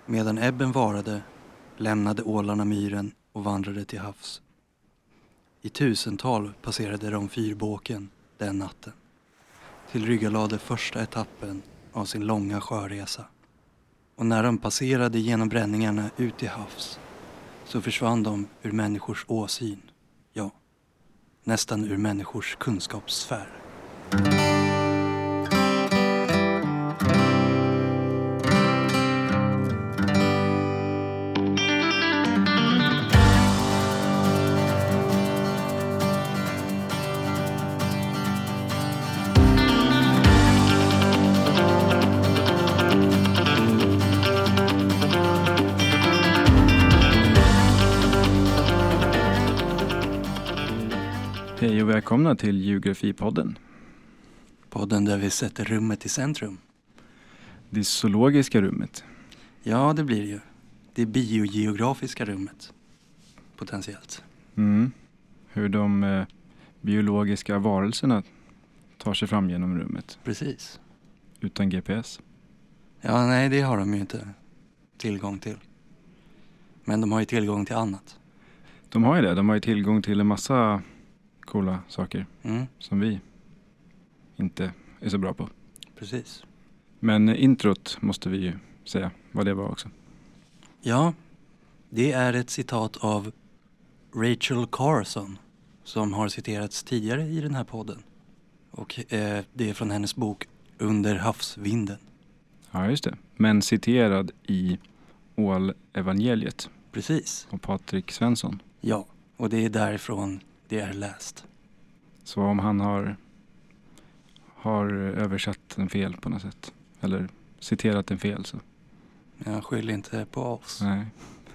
Medan ebben varade lämnade ålarna myren och vandrade till havs. I tusental passerade de fyrbåken den natten. Tillryggalade första etappen av sin långa sjöresa. Och när de passerade genom bränningarna ut i havs så försvann de ur människors åsyn. Ja, nästan ur människors kunskapssfär. Hej och välkomna till Geografipodden. Podden där vi sätter rummet i centrum. Det zoologiska rummet. Ja, det blir det ju. Det biogeografiska rummet. Potentiellt. Hur de biologiska varelserna tar sig fram genom rummet. Precis. Utan GPS. Ja, nej, det har de ju inte tillgång till. Men de har ju tillgång till annat. De har ju det. De har ju tillgång till en massa coola saker som vi inte är så bra på. Precis. Men introt måste vi ju säga vad det var också. Ja, det är ett citat av Rachel Carson som har citerats tidigare i den här podden. Och det är från hennes bok Under havsvinden. Ja, just det. Men citerad i Ålevangeliet. Precis. Och Patrik Svensson. Ja, och det är därifrån det är läst. Så om han har översatt den fel på något sätt. Eller citerat den fel så. Jag skyller inte på oss. Nej.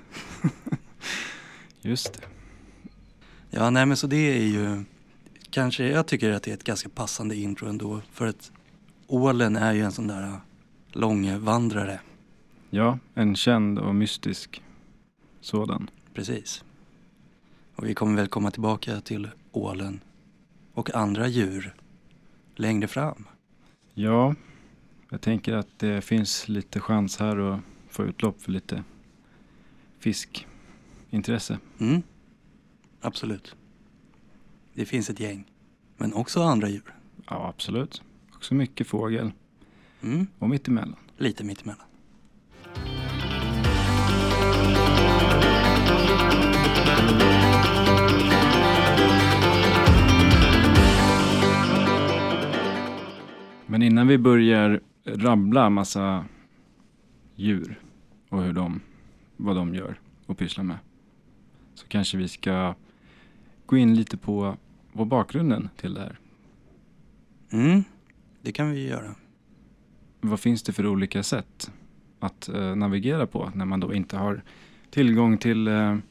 Just det. Ja, nej men så det är ju kanske, jag tycker att det är ett ganska passande intro ändå. För att ålen är ju en sån där långvandrare. Ja, en känd och mystisk sådan. Precis. Och vi kommer väl komma tillbaka till ålen och andra djur längre fram. Ja, jag tänker att det finns lite chans här att få utlopp för lite fiskintresse. Absolut. Det finns ett gäng. Men också andra djur. Ja, absolut. Också mycket fågel. Och mittemellan. Lite mittemellan. Men innan vi börjar rabbla massa djur och vad de gör och pysslar med, så kanske vi ska gå in lite på vad bakgrunden till det här. Det kan vi göra. Vad finns det för olika sätt att navigera på när man då inte har tillgång till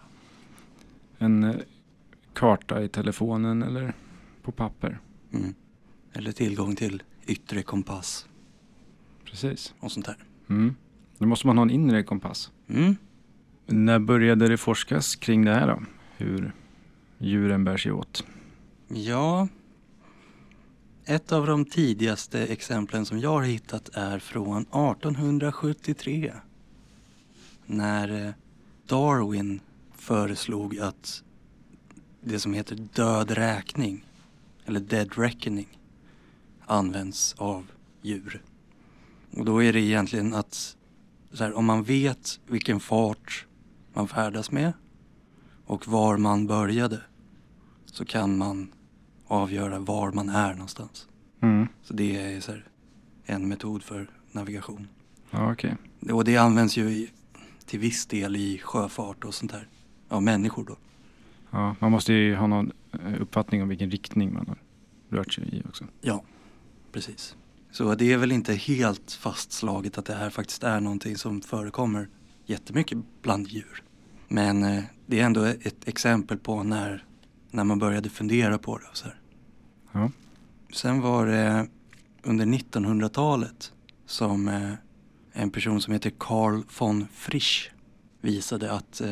en karta i telefonen eller på papper? Eller tillgång till yttre kompass. Precis. Och sånt där. Då måste man ha en inre kompass. När började det forskas kring det här då? Hur djuren bär sig åt? Ja, ett av de tidigaste exemplen som jag har hittat är från 1873. När Darwin föreslog att det som heter död räkning, eller dead reckoning, används av djur. Och då är det egentligen att så här, om man vet vilken fart man färdas med och var man började, så kan man avgöra var man är någonstans. Så det är så här, en metod för navigation. Ja, okej. Och det används ju till viss del i sjöfart och sånt här. Ja, människor då. Ja, man måste ju ha någon uppfattning om vilken riktning man har rört sig i också. Ja, precis. Så det är väl inte helt fastslaget att det här faktiskt är någonting som förekommer jättemycket bland djur. Men det är ändå ett exempel på när man började fundera på det och så här. Ja. Sen var det under 1900-talet som en person som heter Carl von Frisch visade att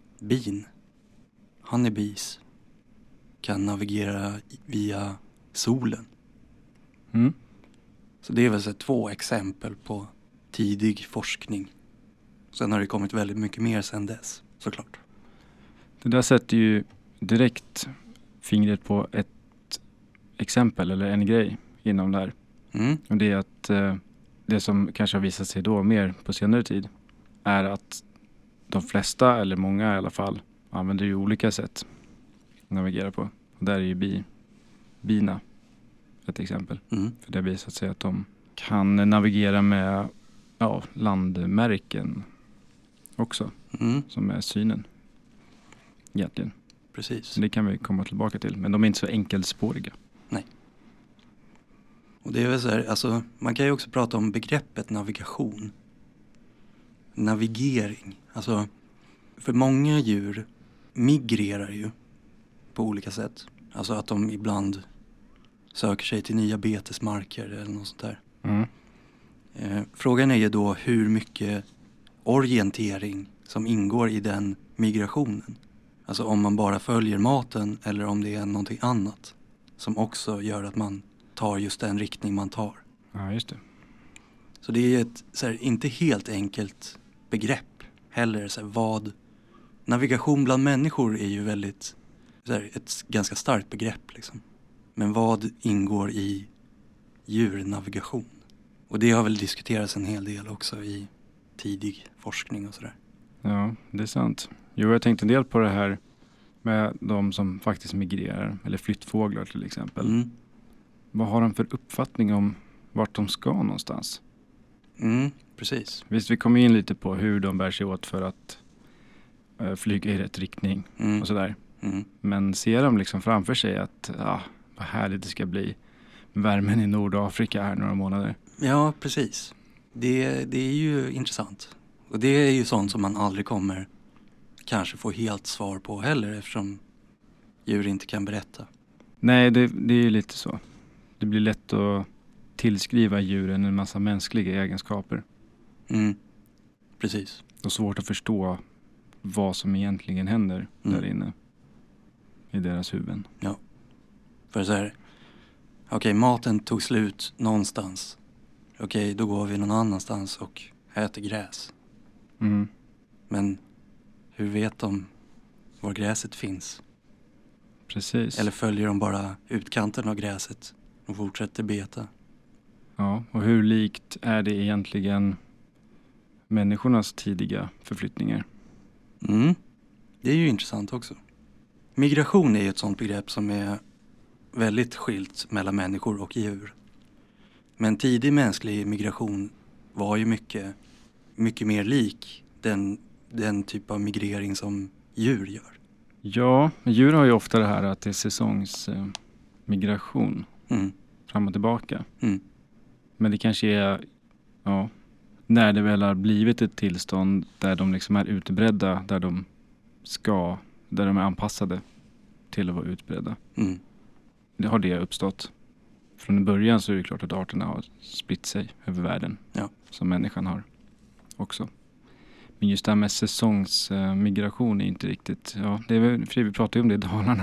honeybees kan navigera via solen. Så det är väl så 2 exempel på tidig forskning Sen har det kommit väldigt mycket mer sen dess, såklart. Det där sätter ju direkt fingret på ett exempel eller en grej inom det här. Mm. Och det är att det som kanske har visat sig då mer på senare tid är att de flesta, eller många i alla fall, använder ju olika sätt att navigera på. Och där är ju bina ett exempel. Mm. För det har visat sig att de kan navigera med landmärken också, Mm. som är synen egentligen. Precis. Så det kan vi komma tillbaka till. Men de är inte så enkelspåriga. Och det är väl så här, alltså, man kan ju också prata om begreppet navigation. Navigering. Alltså, för många djur migrerar ju på olika sätt. Alltså att de ibland söker sig till nya betesmarker eller något sånt där. Mm. Frågan är ju då hur mycket orientering som ingår i den migrationen. Alltså om man bara följer maten eller om det är någonting annat som också gör att man tar just den riktning man tar. Ja, just det. Så det är ett så här, inte helt enkelt begrepp heller. Så här, vad navigation bland människor är ju väldigt så här, ett ganska starkt begrepp liksom. Men vad ingår i djurnavigation? Och det har väl diskuterats en hel del också i tidig forskning och sådär. Ja, det är sant. Jo, jag tänkte en del på det här med de som faktiskt migrerar, eller flyttfåglar till exempel. Mm. Vad har de för uppfattning om vart de ska någonstans? Mm, precis. Visst, vi kommer in lite på hur de bär sig åt för att flyga i rätt riktning Mm. och sådär. Mm. Men ser de liksom framför sig att vad härligt det ska bli värmen i Nordafrika här några månader. Ja, precis. Det är ju intressant. Och det är ju sånt som man aldrig kommer kanske få helt svar på heller eftersom djur inte kan berätta. Nej, det är ju lite så. Det blir lätt att tillskriva djuren en massa mänskliga egenskaper. Mm. Precis. Och svårt att förstå vad som egentligen händer där inne i deras huvuden. Ja. För så här, okej, maten tog slut någonstans. Okej, då går vi någon annanstans och äter gräs. Mm. Men hur vet de var gräset finns? Precis. Eller följer de bara utkanten av gräset och fortsätter beta? Ja, och hur likt är det egentligen människornas tidiga förflyttningar? Mm. Det är ju intressant också. Migration är ju ett sånt begrepp som är väldigt skilt mellan människor och djur. Men tidig mänsklig migration var ju mycket mer lik den typ av migrering som djur gör. Ja, djur har ju ofta det här att det är säsongsmigration fram och tillbaka. Mm. Men det kanske är när det väl har blivit ett tillstånd där de liksom är utbredda, där de är anpassade till att vara utbredda. Mm. Det har det uppstått. Från början så är det klart att arterna har spritt sig över världen. Ja. Som människan har också. Men just det här med säsongsmigration är inte riktigt... Ja, det är väl, för vi pratar ju om det i Dalarna.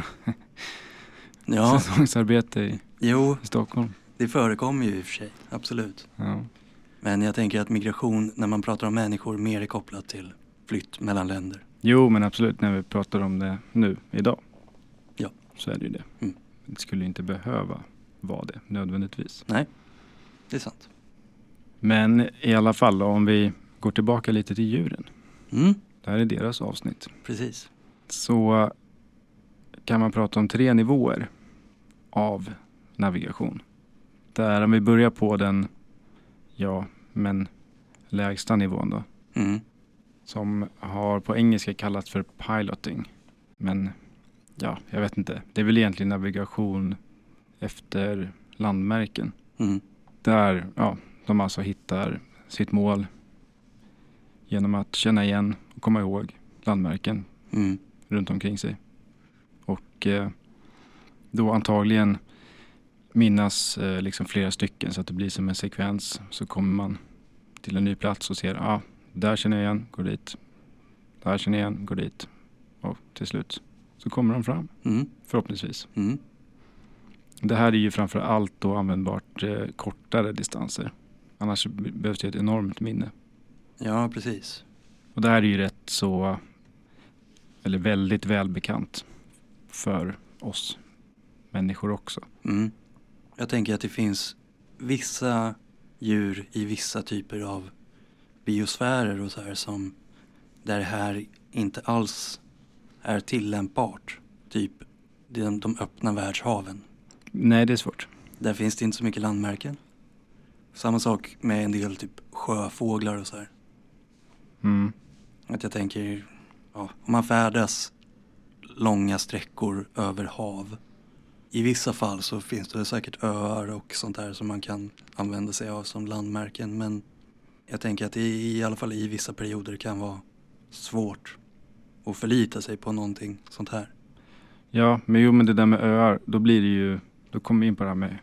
Ja. Säsongsarbete i Stockholm. Det förekommer ju i och för sig, absolut. Ja. Men jag tänker att migration, när man pratar om människor, mer är kopplat till flytt mellan länder. Jo, men absolut, när vi pratar om det nu, idag. Ja. Så är det ju det. Mm. Det skulle inte behöva vara det, nödvändigtvis. Nej, det är sant. Men i alla fall, om vi går tillbaka lite till djuren. Mm. Det här är deras avsnitt. Precis. Så kan man prata om 3 nivåer av navigation. Där om vi börjar på den, lägsta nivån då. Mm. Som har på engelska kallats för piloting. Men jag vet inte. Det är väl egentligen navigation efter landmärken. Mm. Där de alltså hittar sitt mål genom att känna igen och komma ihåg landmärken runt omkring sig. Och då antagligen minnas liksom flera stycken så att det blir som en sekvens. Så kommer man till en ny plats och ser, där känner jag igen, går dit. Där känner jag igen, går dit. Och till slut så kommer de fram, förhoppningsvis. Mm. Det här är ju framför allt då användbart kortare distanser. Annars behövs det ett enormt minne. Ja, precis. Och det här är ju rätt så, eller väldigt välbekant för oss människor också. Mm. Jag tänker att det finns vissa djur i vissa typer av biosfärer och så här som där det här inte alls är tillämpbart. Typ de öppna världshaven. Nej, det är svårt. Där finns det inte så mycket landmärken. Samma sak med en del typ sjöfåglar och så här. Mm. Att jag tänker, ja, om man färdas långa sträckor över hav. I vissa fall så finns det säkert öar och sånt där som man kan använda sig av som landmärken. Men jag tänker att det i alla fall i vissa perioder kan vara svårt att förlita sig på någonting sånt här. Ja, men det där med öar, då blir det ju, då kommer vi in på det här med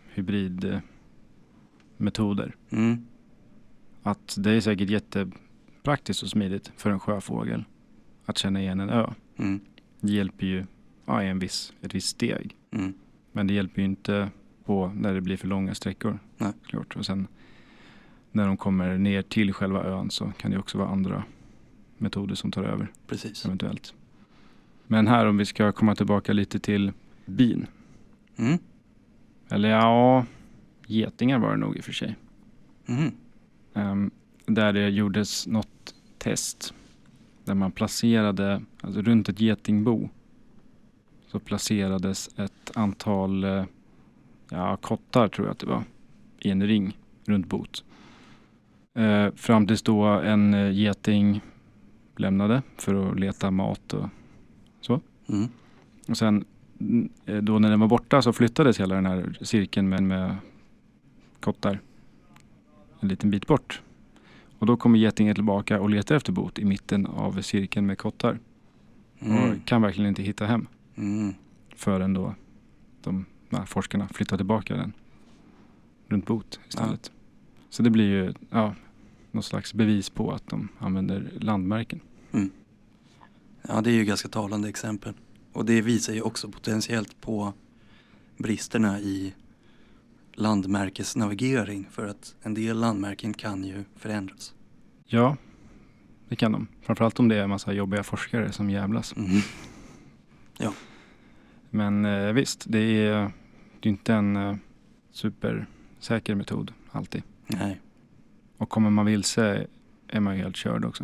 hybridmetoder. Mm. Att det är säkert jättepraktiskt och smidigt för en sjöfågel att känna igen en ö. Mm. Det hjälper ju i ett visst steg. Mm. Men det hjälper ju inte på när det blir för långa sträckor. Nej. Klart. Och sen när de kommer ner till själva ön så kan det också vara andra metoder som tar över. Precis. Eventuellt. Men här om vi ska komma tillbaka lite till bin. Mm. Eller ja, getingar var det nog i och för sig. Mm. Där det gjordes något test. Där man placerade, alltså runt ett getingbo. Så placerades ett antal kottar tror jag att det var. I en ring runt bot. Fram tills då en geting lämnade för att leta mat och så. Mm. Och sen då när den var borta så flyttades hela den här cirkeln med kottar en liten bit bort. Och då kommer getingen tillbaka och letar efter bot i mitten av cirkeln med kottar. Mm. Och kan verkligen inte hitta hem Mm. förrän då de forskarna flyttar tillbaka den runt bot istället. Så det blir ju något slags bevis på att de använder landmärken. Mm. Ja, det är ju ganska talande exempel. Och det visar ju också potentiellt på bristerna i landmärkesnavigering. För att en del landmärken kan ju förändras. Ja, det kan de. Framförallt om det är en massa jobbiga forskare som jävlas. Mm. Ja. Men visst, det är inte en supersäker metod alltid. Nej. Och kommer man vilse är man ju helt körd också.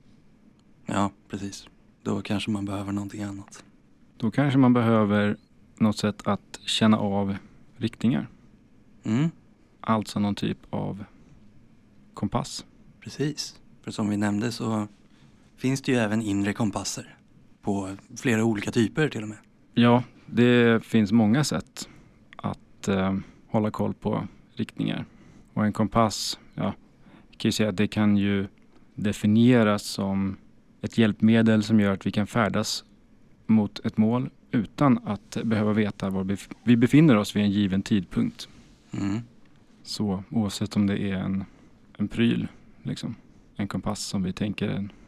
Ja, precis. Då kanske man behöver någonting annat. Då kanske man behöver något sätt att känna av riktningar. Mm. Alltså någon typ av kompass. Precis. För som vi nämnde så finns det ju även inre kompasser. På flera olika typer till och med. Ja, det finns många sätt att hålla koll på riktningar. Och en kompass, jag kan ju säga att det kan ju definieras som ett hjälpmedel som gör att vi kan färdas mot ett mål utan att behöva veta var vi befinner oss vid en given tidpunkt. Mm. Så oavsett om det är en pryl, liksom, en kompass som vi tänker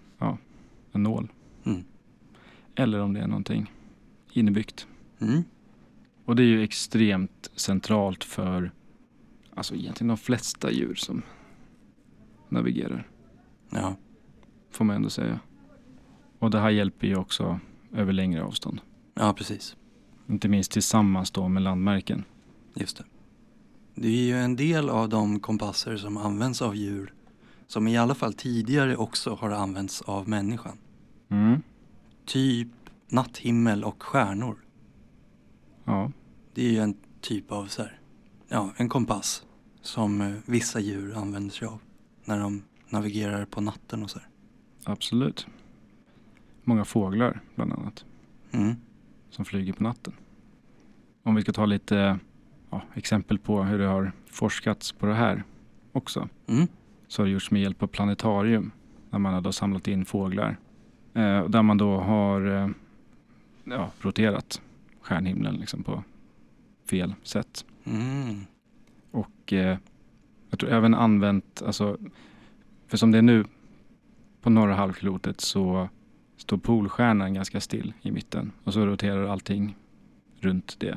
en nål. Mm. Eller om det är någonting innebyggt. Mm. Och det är ju extremt centralt för egentligen de flesta djur som navigerar. Ja. Får man ändå säga. Och det här hjälper ju också över längre avstånd. Ja, precis. Inte minst tillsammans då med landmärken. Just det. Det är ju en del av de kompasser som används av djur som i alla fall tidigare också har använts av människan. Mm. Typ natthimmel och stjärnor. Ja. Det är ju en typ av en kompass som vissa djur använder sig av när de navigerar på natten och så här. Absolut. Många fåglar bland annat. Mm. Som flyger på natten. Om vi ska ta lite exempel på hur det har forskats på det här också. Mm. Så har det gjorts med hjälp av planetarium. När man har då samlat in fåglar. Där man då har roterat stjärnhimlen liksom på fel sätt. Mm. Och jag tror även använt, för som det är nu på norra halvklotet så står polstjärnan ganska still i mitten. Och så roterar allting runt det.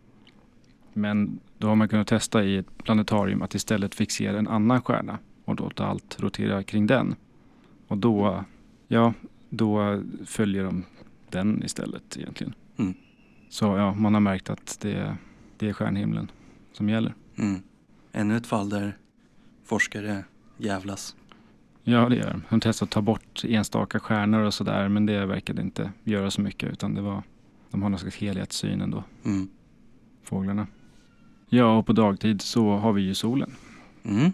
Men då har man kunnat testa i ett planetarium att istället fixera en annan stjärna och låta allt rotera kring den. Och då Ja, då följer de den istället egentligen. Mm. Så ja, man har märkt att det är stjärnhimlen som gäller. Mm. Ännu ett fall där forskare jävlas. Ja, det gör de. De testar att ta bort enstaka stjärnor och sådär, men det verkade inte göra så mycket, utan de har någon slags helhetssyn ändå, fåglarna. Ja, och på dagtid så har vi ju solen. Mm.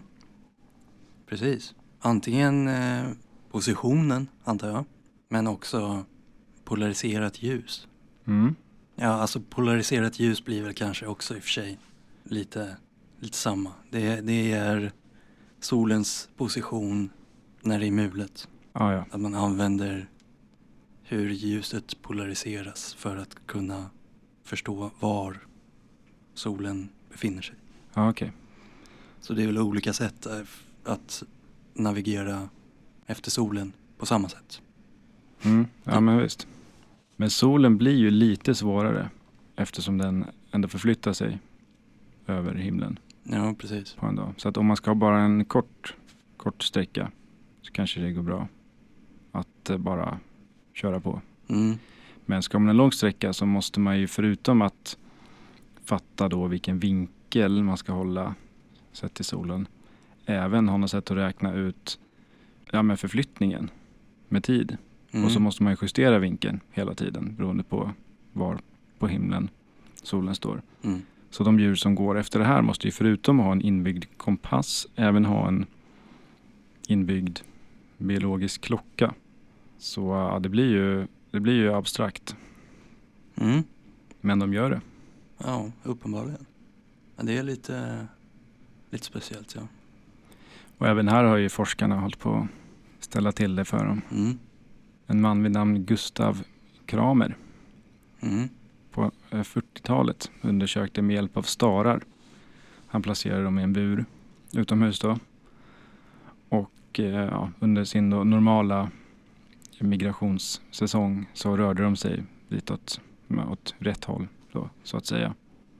Precis. Antingen positionen, antar jag, men också polariserat ljus. Mm. Ja, alltså polariserat ljus blir väl kanske också i och för sig lite samma. Det är solens position när det är mulet. Ja, ja. Att man använder hur ljuset polariseras för att kunna förstå var solen befinner sig. Ja, okej. Så det är väl olika sätt att navigera efter solen på samma sätt. Mm. Ja, men visst. Men solen blir ju lite svårare eftersom den ändå förflyttar sig över himlen Ja, precis. på en dag. Så att om man ska ha bara en kort sträcka så kanske det går bra att bara köra på. Mm. Men ska man en lång sträcka så måste man ju, förutom att fatta då vilken vinkel man ska hålla sett till solen, även ha något sätt att räkna ut med förflyttningen med tid. Mm. Och så måste man ju justera vinkeln hela tiden beroende på var på himlen solen står. Mm. Så de djur som går efter det här måste ju förutom att ha en inbyggd kompass även ha en inbyggd biologisk klocka. Så ja, det blir ju abstrakt. Mm. Men de gör det. Ja, uppenbarligen. Ja, det är lite speciellt, ja. Och även här har ju forskarna hållit på att ställa till det för dem. Mm. En man vid namn Gustav Kramer Mm. på 40-talet undersökte med hjälp av starar. Han placerade dem i en bur utomhus då. Och under sin då normala migrationssäsong så rörde de sig ditåt åt rätt håll då, så att säga.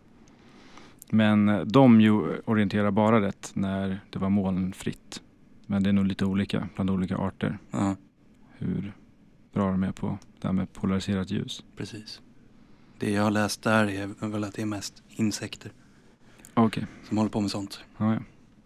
Men de ju orienterar bara rätt när det var molnfritt. Men det är nog lite olika bland olika arter. Ja, Hur bra de är på det här med polariserat ljus. precis. Det jag har läst där är väl att det är mest insekter Okej. som håller på med sånt. Ja.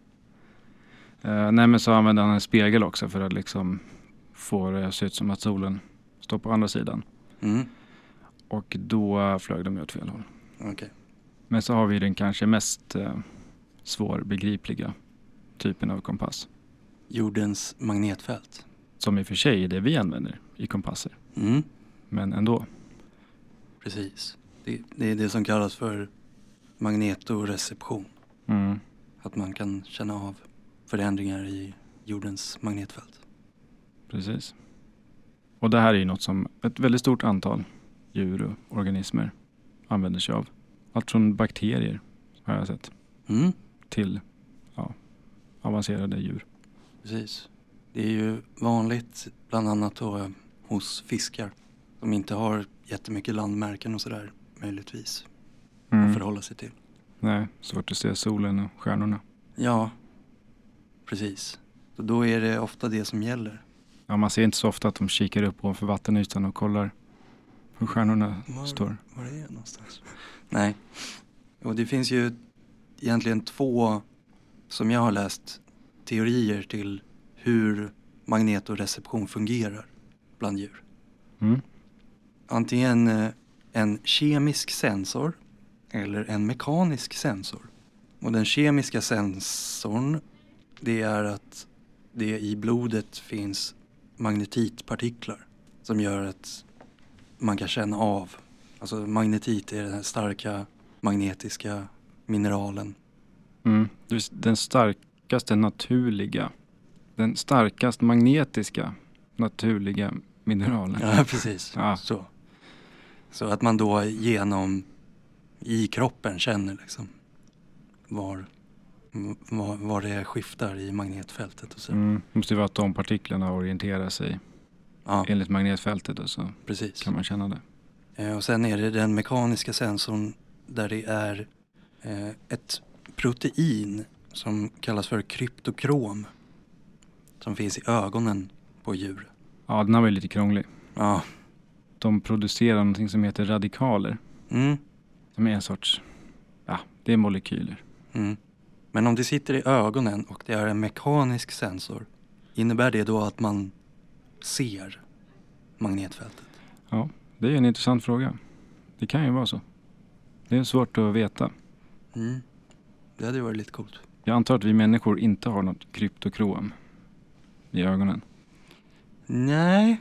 Nej, men så använder han en spegel också för att liksom få det att se ut som att solen står på andra sidan. Mm. Och då flög de åt fel håll. Okej. Men så har vi den kanske mest svårbegripliga typen av kompass. Jordens magnetfält. Som i och för sig är det vi använder i kompasser. Mm. Men ändå. Precis. Det är det som kallas för magnetoreception. Mm. Att man kan känna av förändringar i jordens magnetfält. Precis. Och det här är ju något som ett väldigt stort antal djur och organismer använder sig av. Allt från bakterier har jag sett Mm. till avancerade djur. Precis. Det är ju vanligt bland annat då hos fiskar som inte har jättemycket landmärken och sådär möjligtvis att förhålla sig till. Nej, svårt att se solen och stjärnorna. Ja, precis. Så då är det ofta det som gäller. Ja, man ser inte så ofta att de kikar upp ovanför vattenytan och kollar hur stjärnorna står. Var det är någonstans? Nej. Och det finns ju egentligen två, som jag har läst, teorier till hur magnetoreception fungerar bland djur. Mm. Antingen en kemisk sensor eller en mekanisk sensor. Och den kemiska sensorn, det är att det i blodet finns magnetitpartiklar som gör att man kan känna av. Alltså magnetit är den här starka magnetiska mineralen. Mm. Den starkast magnetiska naturliga mineralen. Ja, precis. Ja. Så att man då i kroppen känner liksom var det skiftar i magnetfältet och så. Det måste ju vara att de partiklarna orienterar sig enligt magnetfältet och så precis. Kan man känna det. Och sen är det den mekaniska sensorn där det är ett protein som kallas för kryptokrom som finns i ögonen på djur. Ja, den här var ju lite krånglig. Ja. De producerar någonting som heter radikaler. Mm. Som är en sorts, ja, det är molekyler. Mm. Men om det sitter i ögonen och det är en mekanisk sensor, innebär det då att man ser magnetfältet? Ja, det är en intressant fråga. Det kan ju vara så. Det är svårt att veta. Mm. Det hade ju varit lite coolt. Jag antar att vi människor inte har något kryptokrom i ögonen. Nej.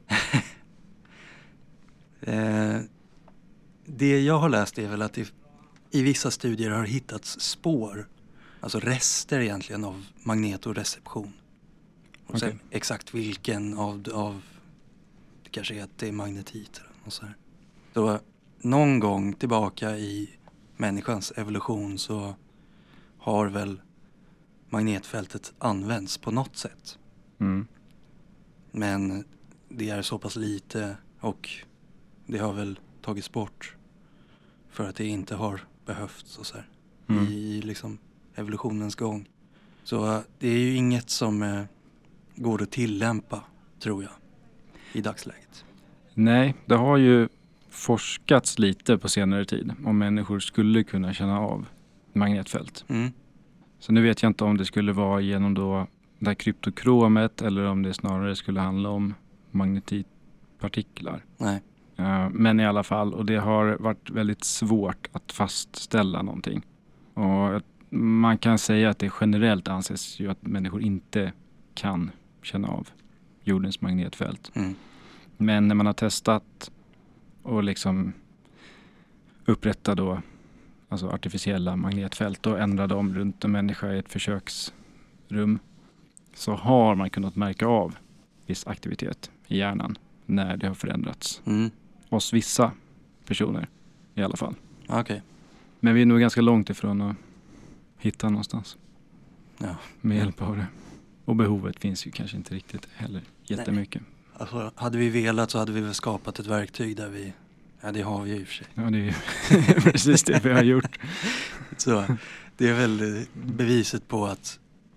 Det jag har läst är väl att i vissa studier har hittats spår, alltså rester egentligen av magnetoreception. Och sen exakt vilken av det kanske är att det är magnetit eller något så här. Så någon gång tillbaka i människans evolution så har väl magnetfältet använts på något sätt. Mm. Men det är så pass lite och det har väl tagits bort för att det inte har behövts och så här, i liksom evolutionens gång. Så det är ju inget som går att tillämpa, tror jag, i dagsläget. Nej, det har ju forskats lite på senare tid om människor skulle kunna känna av magnetfält. Mm. Så nu vet jag inte om det skulle vara genom då det här kryptokromet eller om det snarare skulle handla om magnetitpartiklar. Nej. Men i alla fall, och det har varit väldigt svårt att fastställa någonting. Och man kan säga att det generellt anses ju att människor inte kan känna av jordens magnetfält. Mm. Men när man har testat och liksom upprätta då alltså artificiella magnetfält och ändra dem runt en människa i ett försöksrum, så har man kunnat märka av viss aktivitet i hjärnan när det har förändrats. Mm. Hos vissa personer i alla fall. Okej. Men vi är nog ganska långt ifrån att hitta någonstans. Ja. Med hjälp av det. Och behovet finns ju kanske inte riktigt heller jättemycket. Alltså, hade vi velat så hade vi väl skapat ett verktyg där vi... Ja, det har vi ju i och för sig. Ja, det är ju precis det vi har gjort. Så det är väl beviset på att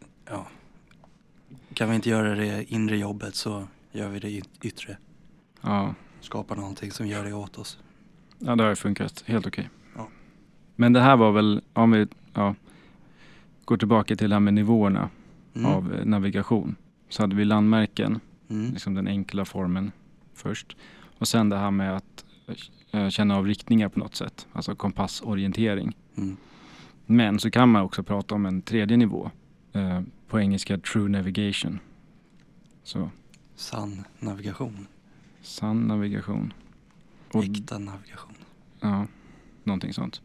kan vi inte göra det inre jobbet så gör vi det yttre. Ja. Skapar någonting som gör det åt oss. Ja, det har ju funkat helt okej. Ja. Men det här var väl, om vi går tillbaka till det här med nivåerna av navigation. Så hade vi landmärken, liksom den enkla formen först. Och sen det här med att känna av riktningar på något sätt. Alltså kompassorientering. Mm. Men så kan man också prata om en tredje nivå. På engelska true navigation. Så. Sann navigation. Sann navigation. Och, äkta navigation. Ja, någonting sånt.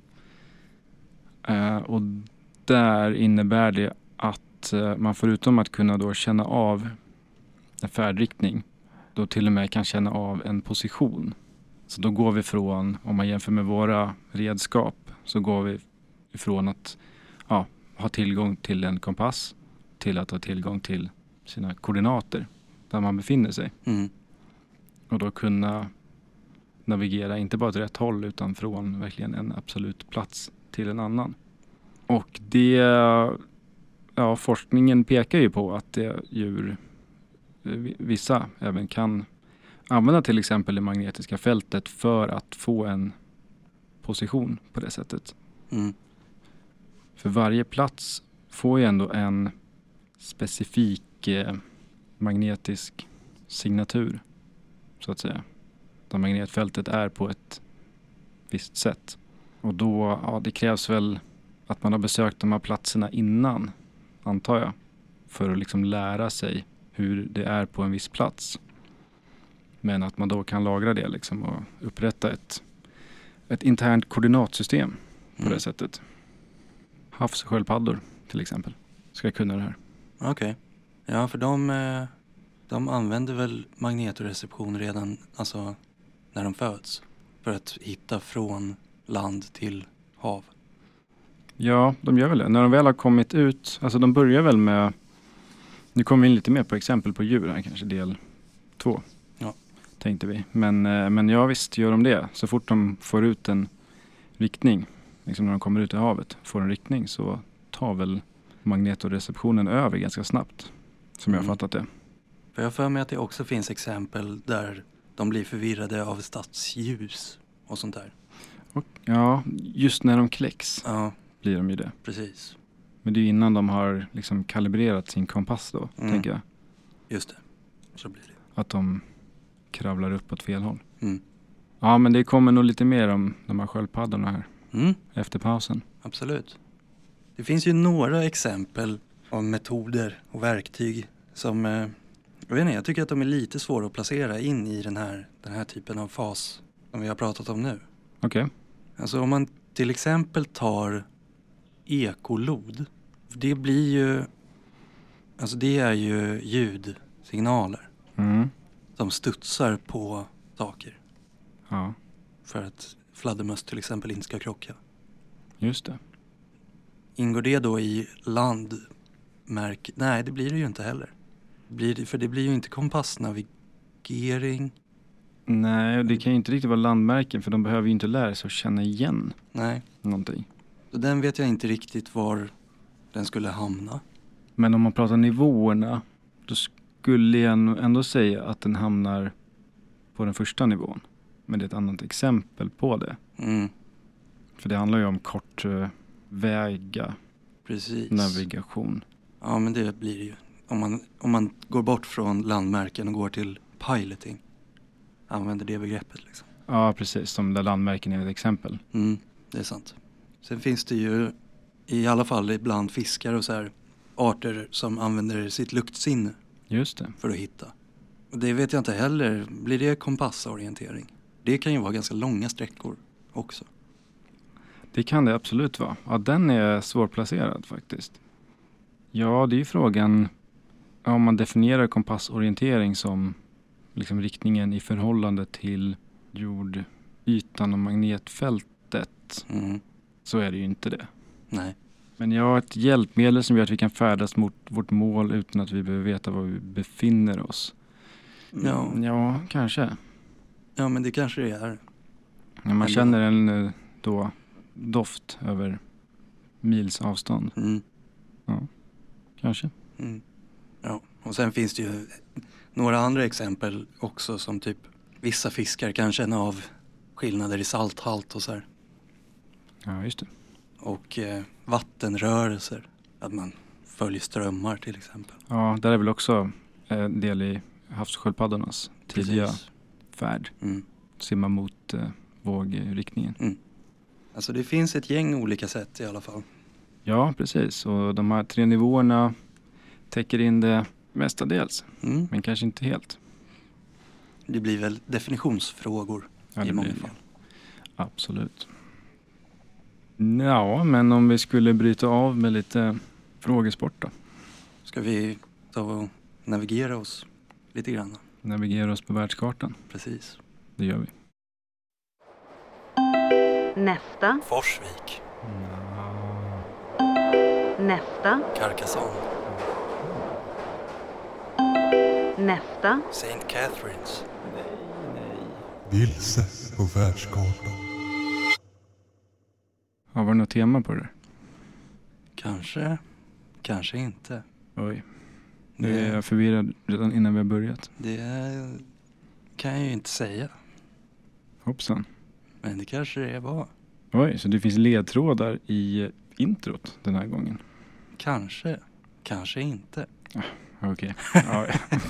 Och där innebär det att man förutom att kunna då känna av en färdriktning, då till och med kan känna av en position. Så då går vi från, om man jämför med våra redskap, så går vi ifrån att ha tillgång till en kompass till att ha tillgång till sina koordinater där man befinner sig. Mm. Och då kunna navigera inte bara åt rätt håll utan från verkligen en absolut plats till en annan. Och det, forskningen pekar ju på att det djur, vissa även kan använda till exempel det magnetiska fältet för att få en position på det sättet. Mm. För varje plats får ju ändå en specifik magnetisk signatur, så att säga. Där magnetfältet är på ett visst sätt. Och då, det krävs väl att man har besökt de här platserna innan, antar jag. För att liksom lära sig hur det är på en viss plats. Men att man då kan lagra det liksom och upprätta ett internt koordinatsystem på det sättet. Havssköldpaddor till exempel ska kunna det här. Okej. Ja, för de använder väl magnetoreception redan alltså när de föds. För att hitta från land till hav. Ja, de gör väl det. När de väl har kommit ut, alltså de börjar väl med, nu kommer vi in lite mer på exempel på djur här, kanske del 2. Ja. Tänkte vi. Men ja, visst gör de det. Så fort de får ut en riktning, liksom när de kommer ut i havet, får en riktning, så tar väl magnetoreceptionen över ganska snabbt. Som jag har fattat det. För jag har för mig att det också finns exempel där de blir förvirrade av stadsljus och sånt där. Och, ja, just när de kläcks Ja, blir de ju det. precis. Men det är ju innan de har liksom kalibrerat sin kompass då, tänker jag. Just det. Så blir det. Att de kravlar upp åt fel håll. Mm. Ja, men det kommer nog lite mer om de här sköldpaddorna här Mm, efter pausen. absolut. Det finns ju några exempel av metoder och verktyg som... jag vet inte, jag tycker att de är lite svåra att placera in i den här typen av fas som vi har pratat om nu. Okej. Alltså om man till exempel tar ekolod. Det blir ju... Alltså det är ju ljudsignaler Mm. som studsar på saker. Ja, För att fladdermöss till exempel inte ska krocka. just det. Ingår det då i landmärke? Nej, det blir det ju inte heller. För det blir ju inte kompassnavigering. Nej, det kan ju inte riktigt vara landmärken för de behöver ju inte lära sig att känna igen Nej, någonting. så den vet jag inte riktigt var den skulle hamna. Men om man pratar nivåerna, då skulle jag ändå säga att den hamnar på den första nivån. Men det är ett annat exempel på det. Mm, För det handlar ju om kortväga precis. navigation. Ja, men det blir det ju. Om man går bort från landmärken och går till piloting. Använder det begreppet liksom. Ja, precis. Som där landmärken är ett exempel. Mm, det är sant. Sen finns det ju i alla fall ibland fiskar och så här arter som använder sitt luktsinne Just det. för att hitta. Och det vet jag inte heller. Blir det kompassorientering? Det kan ju vara ganska långa sträckor också. Det kan det absolut vara. Ja, den är svårplacerad faktiskt. Ja, det är ju frågan om man definierar kompassorientering som liksom riktningen i förhållande till jordytan och magnetfältet, Mm, så är det ju inte det. nej. Men jag har ett hjälpmedel som gör att vi kan färdas mot vårt mål utan att vi behöver veta var vi befinner oss. Ja. Ja, kanske. Ja, men det kanske det är. Ja, man Eller- känner en då doft över mils avstånd. Mm, Kanske. mm. Ja, och sen finns det ju några andra exempel också som typ vissa fiskar kan känna av skillnader i salthalt och så här. Ja, just det. Och vattenrörelser. Att man följer strömmar till exempel. Ja, där är väl också del i havssköldpaddornas tidiga Precis. färd. Mm. Simma mot vågriktningen. Alltså det finns ett gäng olika sätt i alla fall. Ja, precis. Och de här 3 nivåerna täcker in det mestadels. Mm. Men kanske inte helt. Det blir väl definitionsfrågor Ja, i det många blir det. fall. Absolut. Ja, men om vi skulle bryta av med lite frågesport då. Ska vi ta och navigera oss lite grann? Navigera oss på världskartan. Precis. Det gör vi. Nästa, Forsvik, nästa, Carcassonne, nästa, St. Catharines. Vilse på världskartan. Ja, var det något tema på det där? Kanske, kanske inte. Oj. Nu är jag förvirrad redan innan vi har börjat. Det kan jag ju inte säga. Hoppsan. Men det kanske det var. Oj, så det finns ledtrådar i introt den här gången. Kanske, kanske inte. Okej. Ja,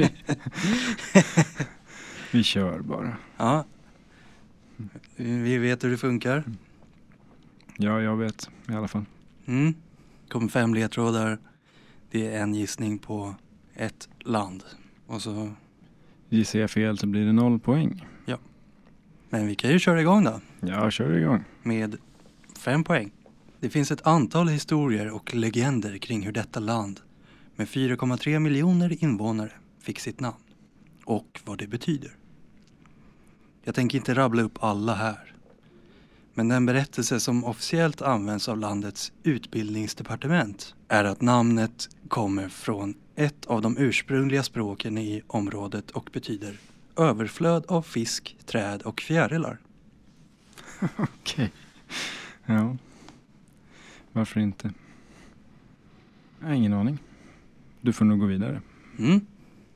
vi kör bara. Ja, vi vet hur det funkar. Ja, jag vet i alla fall. Mm. Kommer 5 ledtrådar. Det är en gissning på ett land. Och så, Gissar jag fel så blir det 0 poäng. men vi kan ju köra igång då. Ja, kör igång. Med 5 poäng. Det finns ett antal historier och legender kring hur detta land med 4,3 miljoner invånare fick sitt namn. Och vad det betyder. Jag tänker inte rabbla upp alla här. Men den berättelse som officiellt används av landets utbildningsdepartement är att namnet kommer från ett av de ursprungliga språken i området och betyder överflöd av fisk, träd och fjärilar. Okej. Ja. Varför inte? Jag har ingen aning. Du får nog gå vidare. Mm.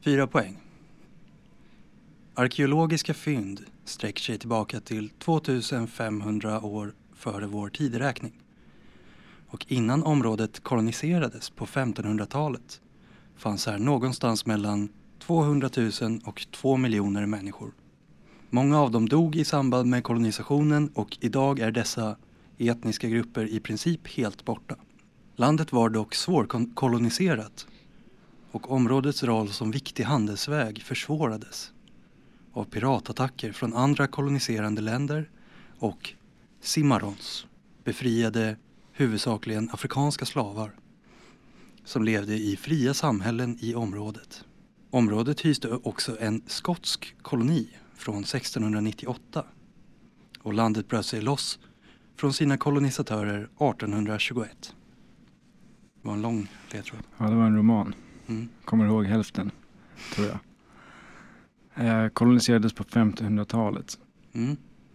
4 poäng. Arkeologiska fynd sträcker sig tillbaka till 2500 år före vår tideräkning. Och innan området koloniserades på 1500-talet fanns här någonstans mellan 200 000 och 2 miljoner människor. Många av dem dog i samband med kolonisationen och idag är dessa etniska grupper i princip helt borta. Landet var dock svårkoloniserat och områdets roll som viktig handelsväg försvårades av piratattacker från andra koloniserande länder och cimarrons, befriade huvudsakligen afrikanska slavar som levde i fria samhällen i området. Området hyste också en skotsk koloni från 1698 och landet bröt sig loss från sina kolonisatörer 1821. Det var en lång ledtråd. Ja, det var en roman. Mm. Kommer ihåg hälften, tror jag. Koloniserades på 1500-talet. Mm.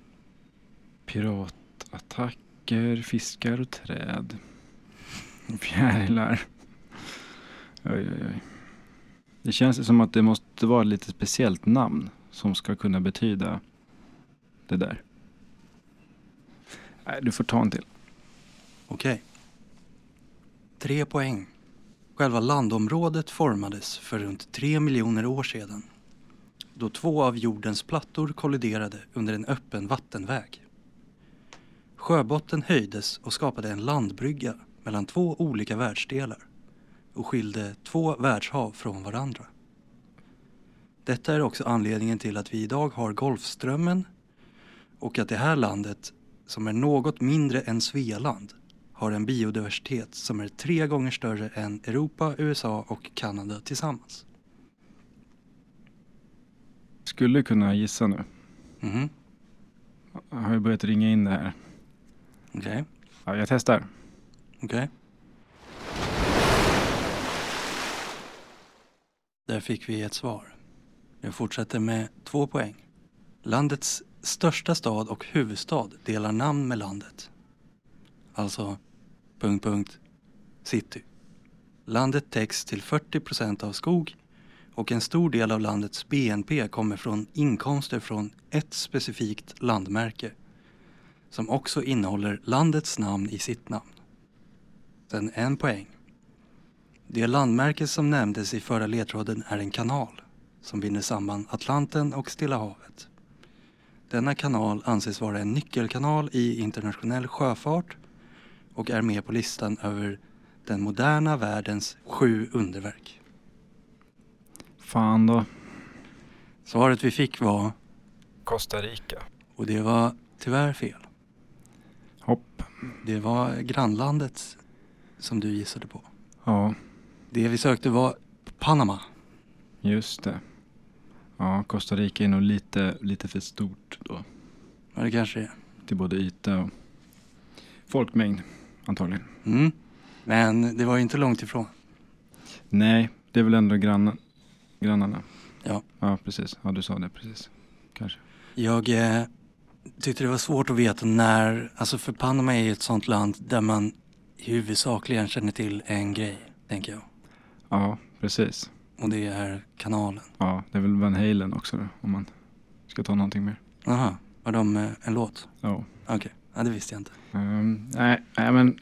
Piratattacker, fiskar och träd. Fjärilar. Oj. Det känns som att det måste vara ett lite speciellt namn som ska kunna betyda det där. Nej, du får ta en till. Okej. 3 poäng. Själva landområdet formades för runt 3 miljoner år sedan, då 2 av jordens plattor kolliderade under en öppen vattenväg. Sjöbotten höjdes och skapade en landbrygga mellan 2 olika världsdelar och skilde 2 världshav från varandra. Detta är också anledningen till att vi idag har Golfströmmen och att det här landet, som är något mindre än Svealand, har en biodiversitet som är 3 gånger större än Europa, USA och Kanada tillsammans. Skulle kunna gissa nu. Mhm. Jag har ju börjat ringa in det här. Okej. Ja, jag testar. Okej. Där fick vi ett svar. Jag fortsätter med 2 poäng. Landets största stad och huvudstad delar namn med landet. Alltså ... city. Landet täcks till 40% av skog och en stor del av landets BNP kommer från inkomster från ett specifikt landmärke som också innehåller landets namn i sitt namn. Sen 1 poäng. Det landmärke som nämndes i förra ledtråden är en kanal som binder samman Atlanten och Stilla havet. Denna kanal anses vara en nyckelkanal i internationell sjöfart och är med på listan över den moderna världens 7 underverk. Fan då. Svaret vi fick var... Costa Rica. Och det var tyvärr fel. Hopp. Det var grannlandet som du gissade på. Ja, Det vi sökte var Panama. just det. Ja, Costa Rica är nog lite för stort då. Ja, det kanske är. Till både yta och folkmängd antagligen. Mm. Men det var ju inte långt ifrån. Nej, det är väl ändå grannarna. Ja. Ja, precis. Ja, du sa det precis. Kanske. Jag tyckte det var svårt att veta när... Alltså för Panama är ju ett sånt land där man huvudsakligen känner till en grej, tänker jag. Ja, precis. Och det är kanalen. Ja, det är väl Van Halen också då, om man ska ta någonting mer. Aha, var de en låt? Ja. Okej, ja, det visste jag inte. Nej, men...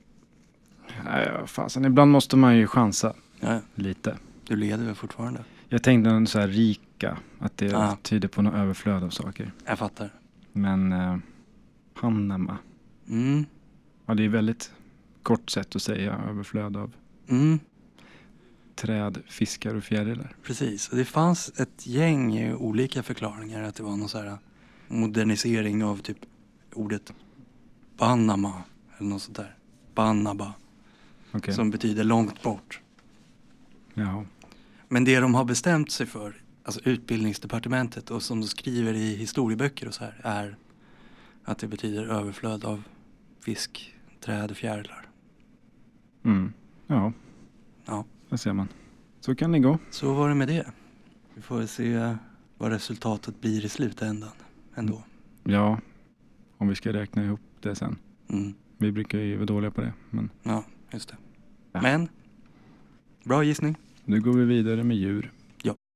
Nej, fasen. Ibland måste man ju chansa Ja, lite. du leder väl fortfarande? Jag tänkte ändå så här rika, att det tyder på något överflöd av saker. Jag fattar. Men Panama. Mm. Ja, det är väldigt kort sätt att säga överflöd av Mm, träd, fiskar och fjärilar. precis. Och det fanns ett gäng olika förklaringar att det var någon så här modernisering av typ ordet Panama eller något sånt där. Panaba, Okej. som betyder långt bort. Ja. Men det de har bestämt sig för, alltså utbildningsdepartementet och som de skriver i historieböcker och så här, är att det betyder överflöd av fisk, träd och fjärilar. Mm. Ja, Ja, det ser man. Så kan det gå. så var det med det. Vi får se vad resultatet blir i slutändan ändå. Ja, om vi ska räkna ihop det sen. Mm. Vi brukar ju vara dåliga på det. Men Ja, just det. Ja. Men, bra gissning. nu går vi vidare med djur. Ja.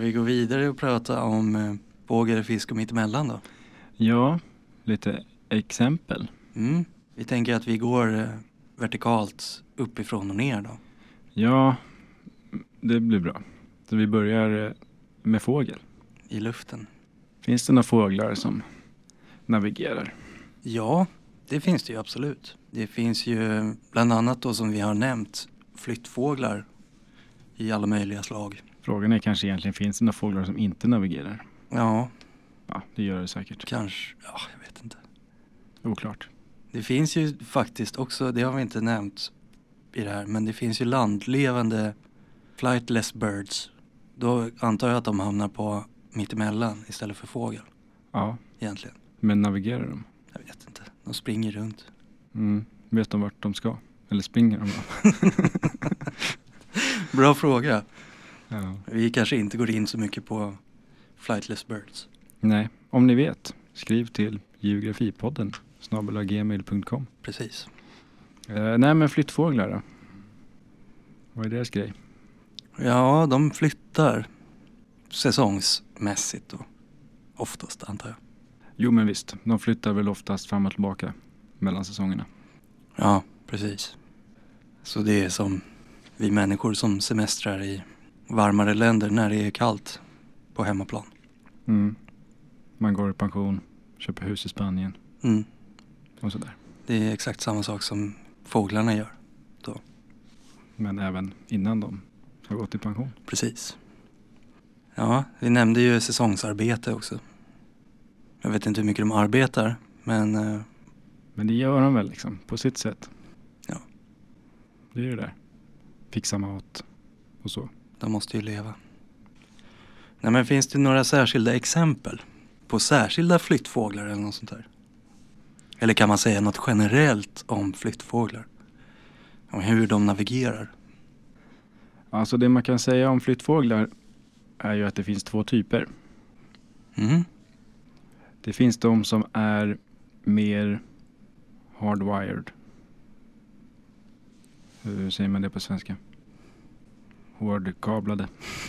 vi gå vidare och prata om fågel, fisk och mittemellan då? Ja, lite exempel. Vi tänker att vi går vertikalt uppifrån och ner då. Ja, det blir bra. Så vi börjar med fågel. I luften. Finns det några fåglar som navigerar? Ja, det finns det ju absolut. Det finns ju bland annat då som vi har nämnt flyttfåglar i alla möjliga slag. Frågan är kanske egentligen, finns det några fåglar som inte navigerar? Ja, Ja, det gör det säkert. kanske. Ja, jag vet inte. Oklart. Det finns ju faktiskt också, det har vi inte nämnt i det här, men det finns ju landlevande flightless birds. Då antar jag att de hamnar på mittemellan istället för fågel Ja, egentligen. men navigerar de? Jag vet inte. De springer runt. Vet de vart de ska? Eller springer de bara? Bra fråga. Ja. Vi kanske inte går in så mycket på flightless birds. Nej, om ni vet, skriv till geografipodden @gmail.com. Precis. Nej, men flyttfåglar då? Vad är deras grej? Ja, de flyttar säsongsmässigt då. Oftast antar jag. Jo, men visst. De flyttar väl oftast fram och tillbaka mellan säsongerna. Ja, precis. Så det är som vi människor som semestrar i varmare länder när det är kallt på hemmaplan. Man går i pension, köper hus i Spanien och sådär. Det är exakt samma sak som fåglarna gör då. Men även innan de har gått i pension. Precis. Ja, vi nämnde ju säsongsarbete också. Jag vet inte hur mycket de arbetar, men Men det gör de väl liksom, på sitt sätt. Ja. Det är ju det där. Fixa mat och så. de måste ju leva. Nej, men finns det några särskilda exempel på särskilda flyttfåglar eller något sånt där? Eller kan man säga något generellt om flyttfåglar? Om hur de navigerar? Alltså det man kan säga om flyttfåglar är ju att det finns 2 typer. Det finns de som är mer hardwired. Hur säger man det på svenska? Hårdkablade.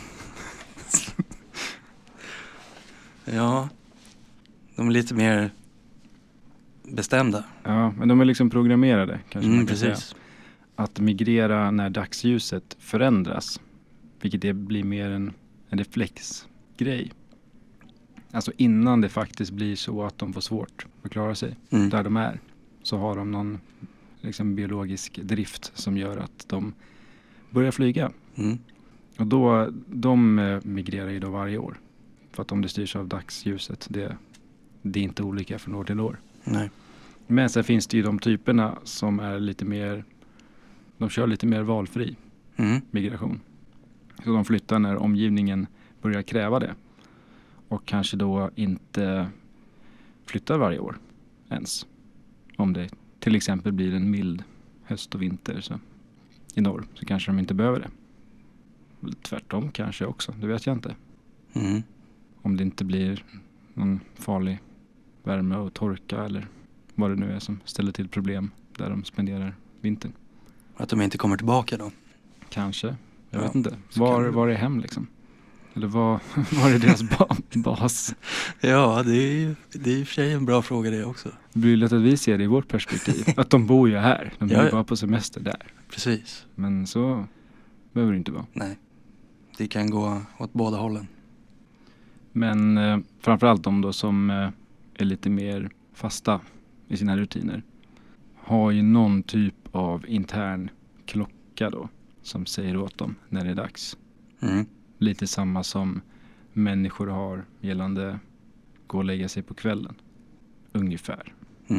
Ja, de är lite mer bestämda. Ja, men de är liksom programmerade kanske man kan säga. Precis. Att migrera när dagsljuset förändras. Vilket det blir mer en reflexgrej. Alltså innan det faktiskt blir så att de får svårt att klara sig där de är. Så har de någon liksom biologisk drift som gör att de börjar flyga. Och då, de migrerar ju då varje år. För att om det styrs av dagsljuset, det är inte olika från år till år. Nej. Men sen finns det ju de typerna som är lite mer, de kör lite mer valfri migration. Så de flyttar när omgivningen börjar kräva det. Och kanske då inte flyttar varje år ens. Om det till exempel blir en mild höst och vinter så i norr så kanske de inte behöver det. Tvärtom kanske också, det vet jag inte. Om det inte blir någon farlig värme och torka eller vad det nu är som ställer till problem där de spenderar vintern. Att de inte kommer tillbaka då? Kanske, jag Ja, vet inte. så kan det Var är hem liksom? Eller var är deras bas? Ja, det är i och för sig en bra fråga det också. Det blir lätt att vi ser det i vårt perspektiv. Att de bor ju här. De är bara på semester där. Precis. Men så behöver det inte vara. Nej, det kan gå åt båda hållen. Men framförallt de då som är lite mer fasta i sina rutiner. Har ju någon typ av intern klocka då. Som säger åt dem när det är dags. Lite samma som människor har gällande gå och lägga sig på kvällen. Ungefär.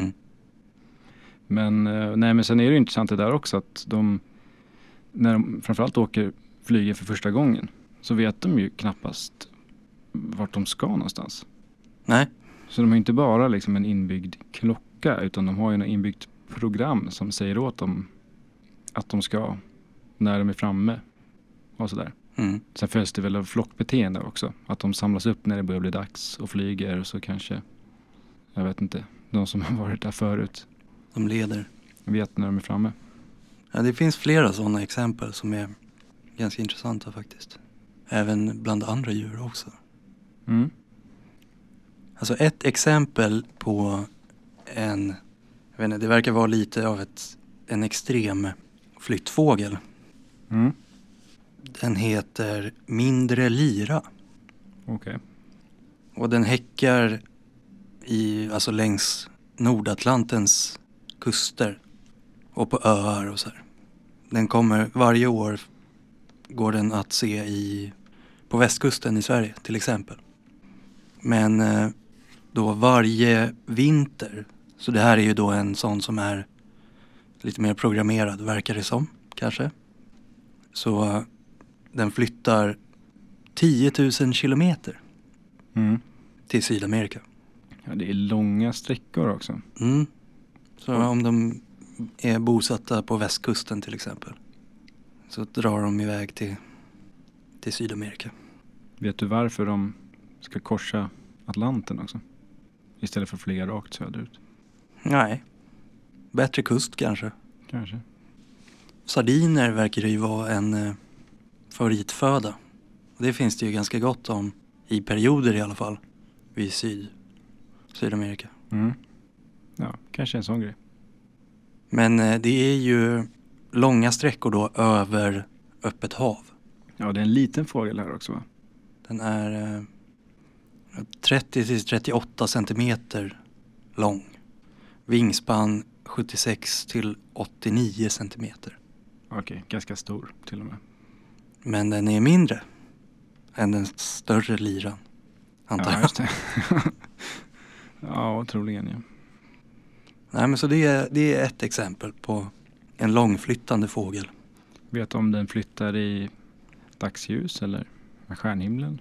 Men sen är det intressant det där också att när de framförallt flyger för första gången så vet de ju knappast vart de ska någonstans. Nej. Så de har inte bara liksom en inbyggd klocka utan de har ju en inbyggt program som säger åt dem att de ska när de är framme och sådär. Sen följs det väl av flockbeteende också. Att de samlas upp när det börjar bli dags och flyger och så kanske, jag vet inte, de som har varit där förut. De leder. Vet när de är framme. Ja, det finns flera sådana exempel som är ganska intressanta faktiskt. Även bland andra djur också. Mm. Alltså ett exempel på en, jag vet inte, det verkar vara lite av en extrem flyttfågel. Mm. Den heter mindre lira. Okej. Och den häckar alltså längs Nordatlantens kuster och på öar och så här. Den kommer varje år, går den att se på västkusten i Sverige till exempel. Men då varje vinter, så det här är ju då en sån som är lite mer programmerad, verkar det som kanske. Så den flyttar 10 000 kilometer Mm. till Sydamerika. Ja, det är långa sträckor också. Mm. Så om de är bosatta på västkusten till exempel, så drar de iväg till Sydamerika. Vet du varför de ska korsa Atlanten också? Istället för att flyga rakt söderut. Nej. Bättre kust kanske. Kanske. Sardiner verkar det ju vara en favoritföda. Det finns det ju ganska gott om i perioder i alla fall vid Sydamerika. Mm. Ja, kanske en sån grej. Men det är ju långa sträckor då över öppet hav. Ja, det är en liten fågel här också, va? Den är 30-38 centimeter lång. Vingspann 76-89 centimeter. Okej, ganska stor till och med. Men den är mindre än den större liran, antar Ja, jag. just det. Ja, troligen, ja. Nej, men så det är ett exempel på en långflyttande fågel. Vet du om den flyttar i dagsljus eller med stjärnhimlen?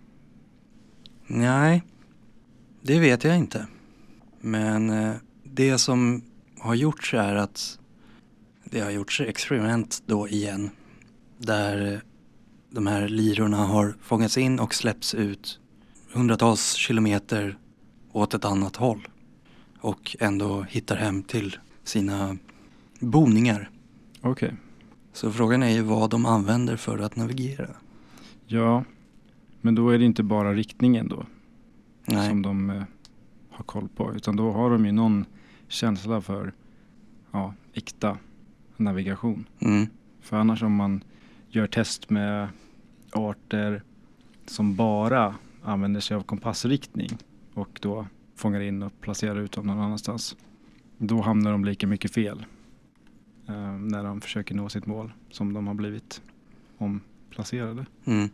Nej, det vet jag inte. Men det som har gjorts är att det har gjorts experiment då igen. Där de här lirorna har fångats in och släppts ut hundratals kilometer åt ett annat håll. Och ändå hittar hem till sina boningar. Okej. Så frågan är ju vad de använder för att navigera. Ja, men då är det inte bara riktningen då Nej. som de har koll på. Utan då har de ju någon känsla för äkta navigation. Mm. För annars om man gör test med arter som bara använder sig av kompassriktning och då fångar in och placerar ut dem någon annanstans, då hamnar de lika mycket fel när de försöker nå sitt mål som de har blivit omplacerade. Mm.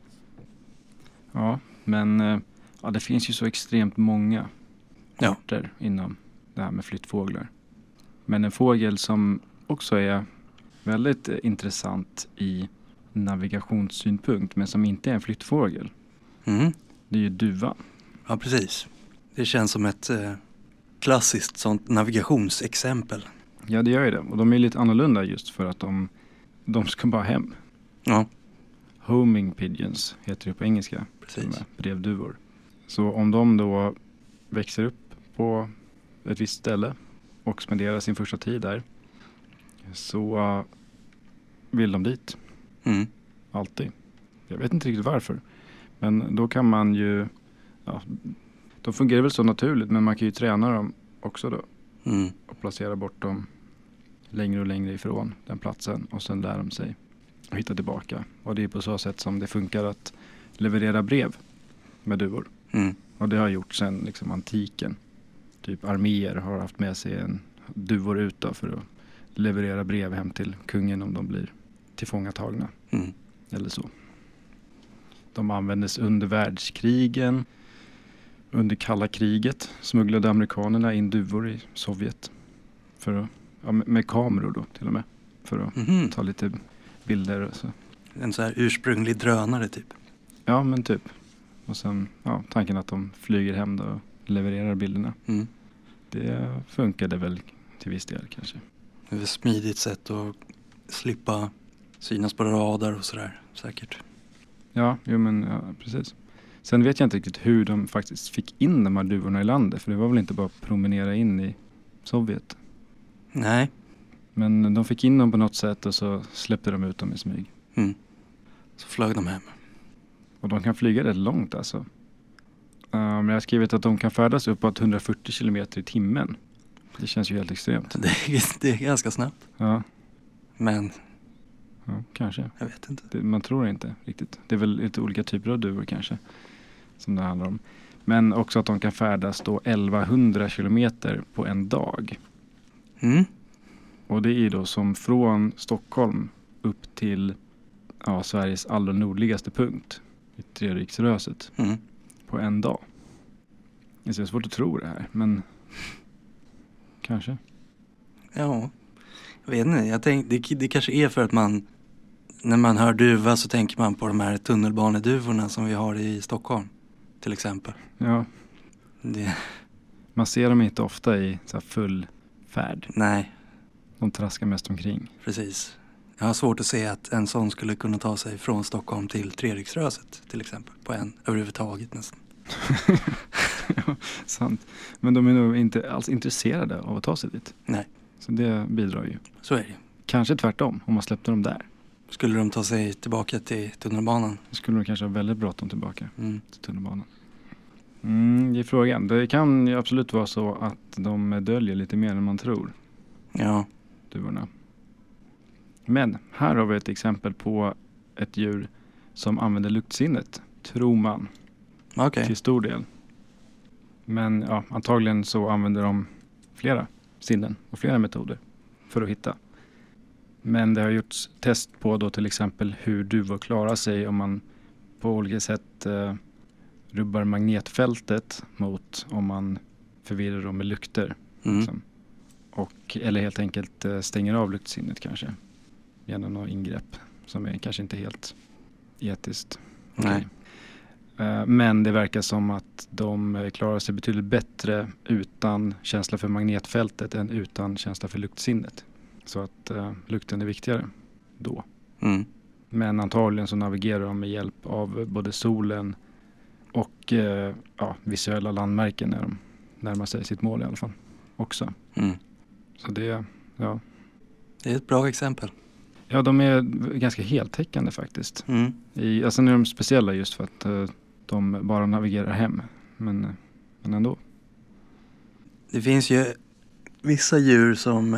Ja, men det finns ju så extremt många Ja. arter inom det här med flyttfåglar. Men en fågel som också är väldigt intressant i navigationssynpunkt men som inte är en flyttfågel, Mm. det är ju duvan. Ja, precis. Det känns som ett klassiskt sånt navigationsexempel. Ja, det gör ju det. Och de är lite annorlunda just för att de ska bara hem. Ja, Homing pigeons heter det på engelska. precis. Som är brevduvor. Så om de då växer upp på ett visst ställe och spenderar sin första tid där, så vill de dit. Mm. Alltid. Jag vet inte riktigt varför. Men då kan man ju, de fungerar väl så naturligt, men man kan ju träna dem också då. Mm. Och placera bort dem längre och längre ifrån den platsen och sen lär de sig att hitta tillbaka. Och det är på så sätt som det funkar att leverera brev med duvor. Mm. Och det har gjort sedan liksom antiken. Typ arméer har haft med sig en duvor ut då för att leverera brev hem till kungen om de blir tillfångatagna. Mm. Eller så. De användes under världskrigen. Under kalla kriget smugglade amerikanerna in duvor i Sovjet. För att, med kameror då till och med. För att Mhm. ta lite bilder och så. En så här ursprunglig drönare typ. Ja, men typ. Och sen tanken att de flyger hem då och levererar bilderna. Mm. Det funkade väl till viss del kanske. Det är ett smidigt sätt att slippa synas på radar och sådär, säkert. Ja, precis. Sen vet jag inte riktigt hur de faktiskt fick in de här duvorna i landet. För det var väl inte bara att promenera in i Sovjet. Nej. Men de fick in dem på något sätt och så släppte de ut dem i smyg. Mm. Så flög de hem. Och de kan flyga rätt långt alltså. Jag har skrivit att de kan färdas uppåt 140 kilometer i timmen. Det känns ju helt extremt. Det är ganska snabbt. Ja, Men ja kanske. jag vet inte. Man tror inte riktigt. Det är väl lite olika typer av duvor kanske som det handlar om. Men också att de kan färdas då 1100 kilometer på en dag. Mm. Och det är då som från Stockholm upp till Sveriges allra nordligaste punkt i Treriksröset på en dag. Det är svårt att tro det här, men kanske. Ja, jag vet inte. Jag tänkte, det kanske är för att när man hör duva så tänker man på de här tunnelbaneduvorna som vi har i Stockholm till exempel. Ja, man ser dem inte ofta i så här full färd. Nej, De traskar mest omkring. precis. Jag har svårt att se att en sån skulle kunna ta sig från Stockholm till Treriksröset till exempel. På en överhuvudtaget nästan. Ja, sant. Men de är nog inte alls intresserade av att ta sig dit. Nej, Så det bidrar ju. så är det. Kanske tvärtom, om man släppte dem där. Skulle de ta sig tillbaka till tunnelbanan? Då skulle de kanske ha väldigt bråttom tillbaka Mm. till tunnelbanan. Det är frågan. Det kan ju absolut vara så att de döljer lite mer än man tror, Ja, duvorna. Men här har vi ett exempel på ett djur som använder luktsinnet, tror man, okej. till stor del. Men ja, antagligen så använder de flera sinnen och flera metoder för att hitta. Men det har gjorts test på då till exempel hur duvor klarar sig om man på olika sätt rubbar magnetfältet mot om man förvirrar dem med lukter. Mm. Liksom. Eller helt enkelt stänger av luktsinnet kanske. Genom något ingrepp som är kanske inte helt etiskt. Nej. Men det verkar som att de klarar sig betydligt bättre utan känsla för magnetfältet än utan känsla för luktsinnet. Så att lukten är viktigare då. Mm. Men antagligen så navigerar de med hjälp av både solen och visuella landmärken när de närmar sig sitt mål i alla fall också. Mm. Så det, ja. Det är ett bra exempel. Ja, de är ganska heltäckande faktiskt. Mm. Alltså nu är de speciella just för att de bara navigerar hem. Men ändå. Det finns ju vissa djur som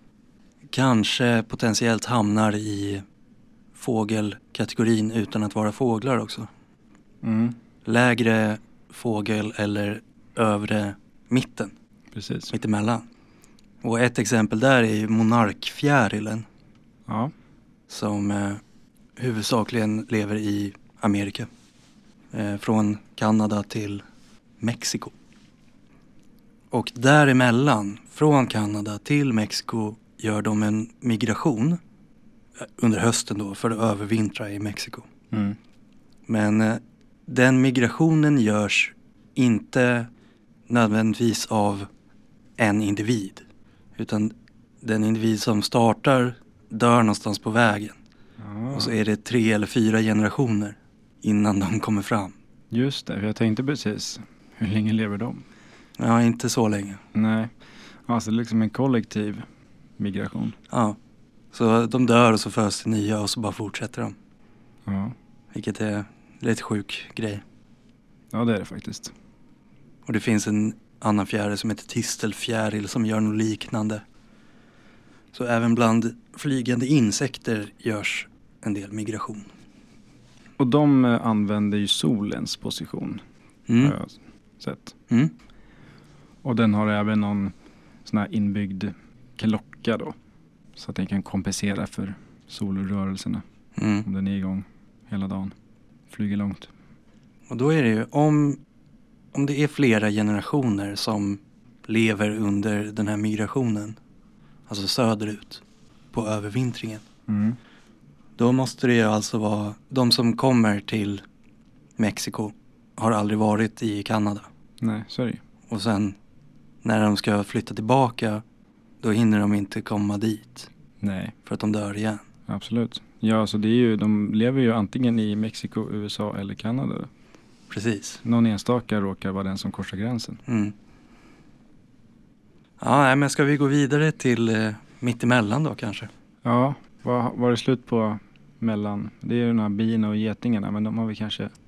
kanske potentiellt hamnar i fågelkategorin utan att vara fåglar också. Mm, Lägre fågel eller övre mitten, precis. mittemellan. Och ett exempel där är ju monarkfjärilen Ja, som huvudsakligen lever i Amerika. Från Kanada till Mexiko. Och däremellan, från Kanada till Mexiko, gör de en migration under hösten då för att övervintra i Mexiko. mm, Men den migrationen görs inte nödvändigtvis av en individ. Utan den individ som startar dör någonstans på vägen. ja. Och så är det 3 eller 4 generationer innan de kommer fram. Just det, för jag tänkte precis. Hur länge lever de? Ja, inte så länge. Nej, alltså liksom en kollektiv migration. Ja, så de dör och så föds det nya och så bara fortsätter de. Ja, Vilket är en lite sjuk grej. ja det är det faktiskt. Och det finns en annan fjäril som heter tistelfjäril som gör något liknande. Så även bland flygande insekter görs en del migration. Och de använder ju solens position, har Mm. jag sett. Mm. Och den har även någon sån här inbyggd klocka då. Så att den kan kompensera för solrörelserna Mm. om den är igång hela dagen. Flyger långt. Och då är det ju om det är flera generationer som lever under den här migrationen, alltså söderut på övervintringen. Mm. Då måste det ju alltså vara de som kommer till Mexiko har aldrig varit i Kanada. Nej, så är det ju. Och sen när de ska flytta tillbaka då hinner de inte komma dit Nej, för att de dör igen. absolut. Ja, så det är ju, de lever ju antingen i Mexiko, USA eller Kanada. Precis. Någon enstaka råkar vara den som korsar gränsen. Mm. Ja, nej, men ska vi gå vidare till mittemellan då kanske? Ja, var det slut på mellan? Det är ju de här bina och getingarna, men de har vi kanske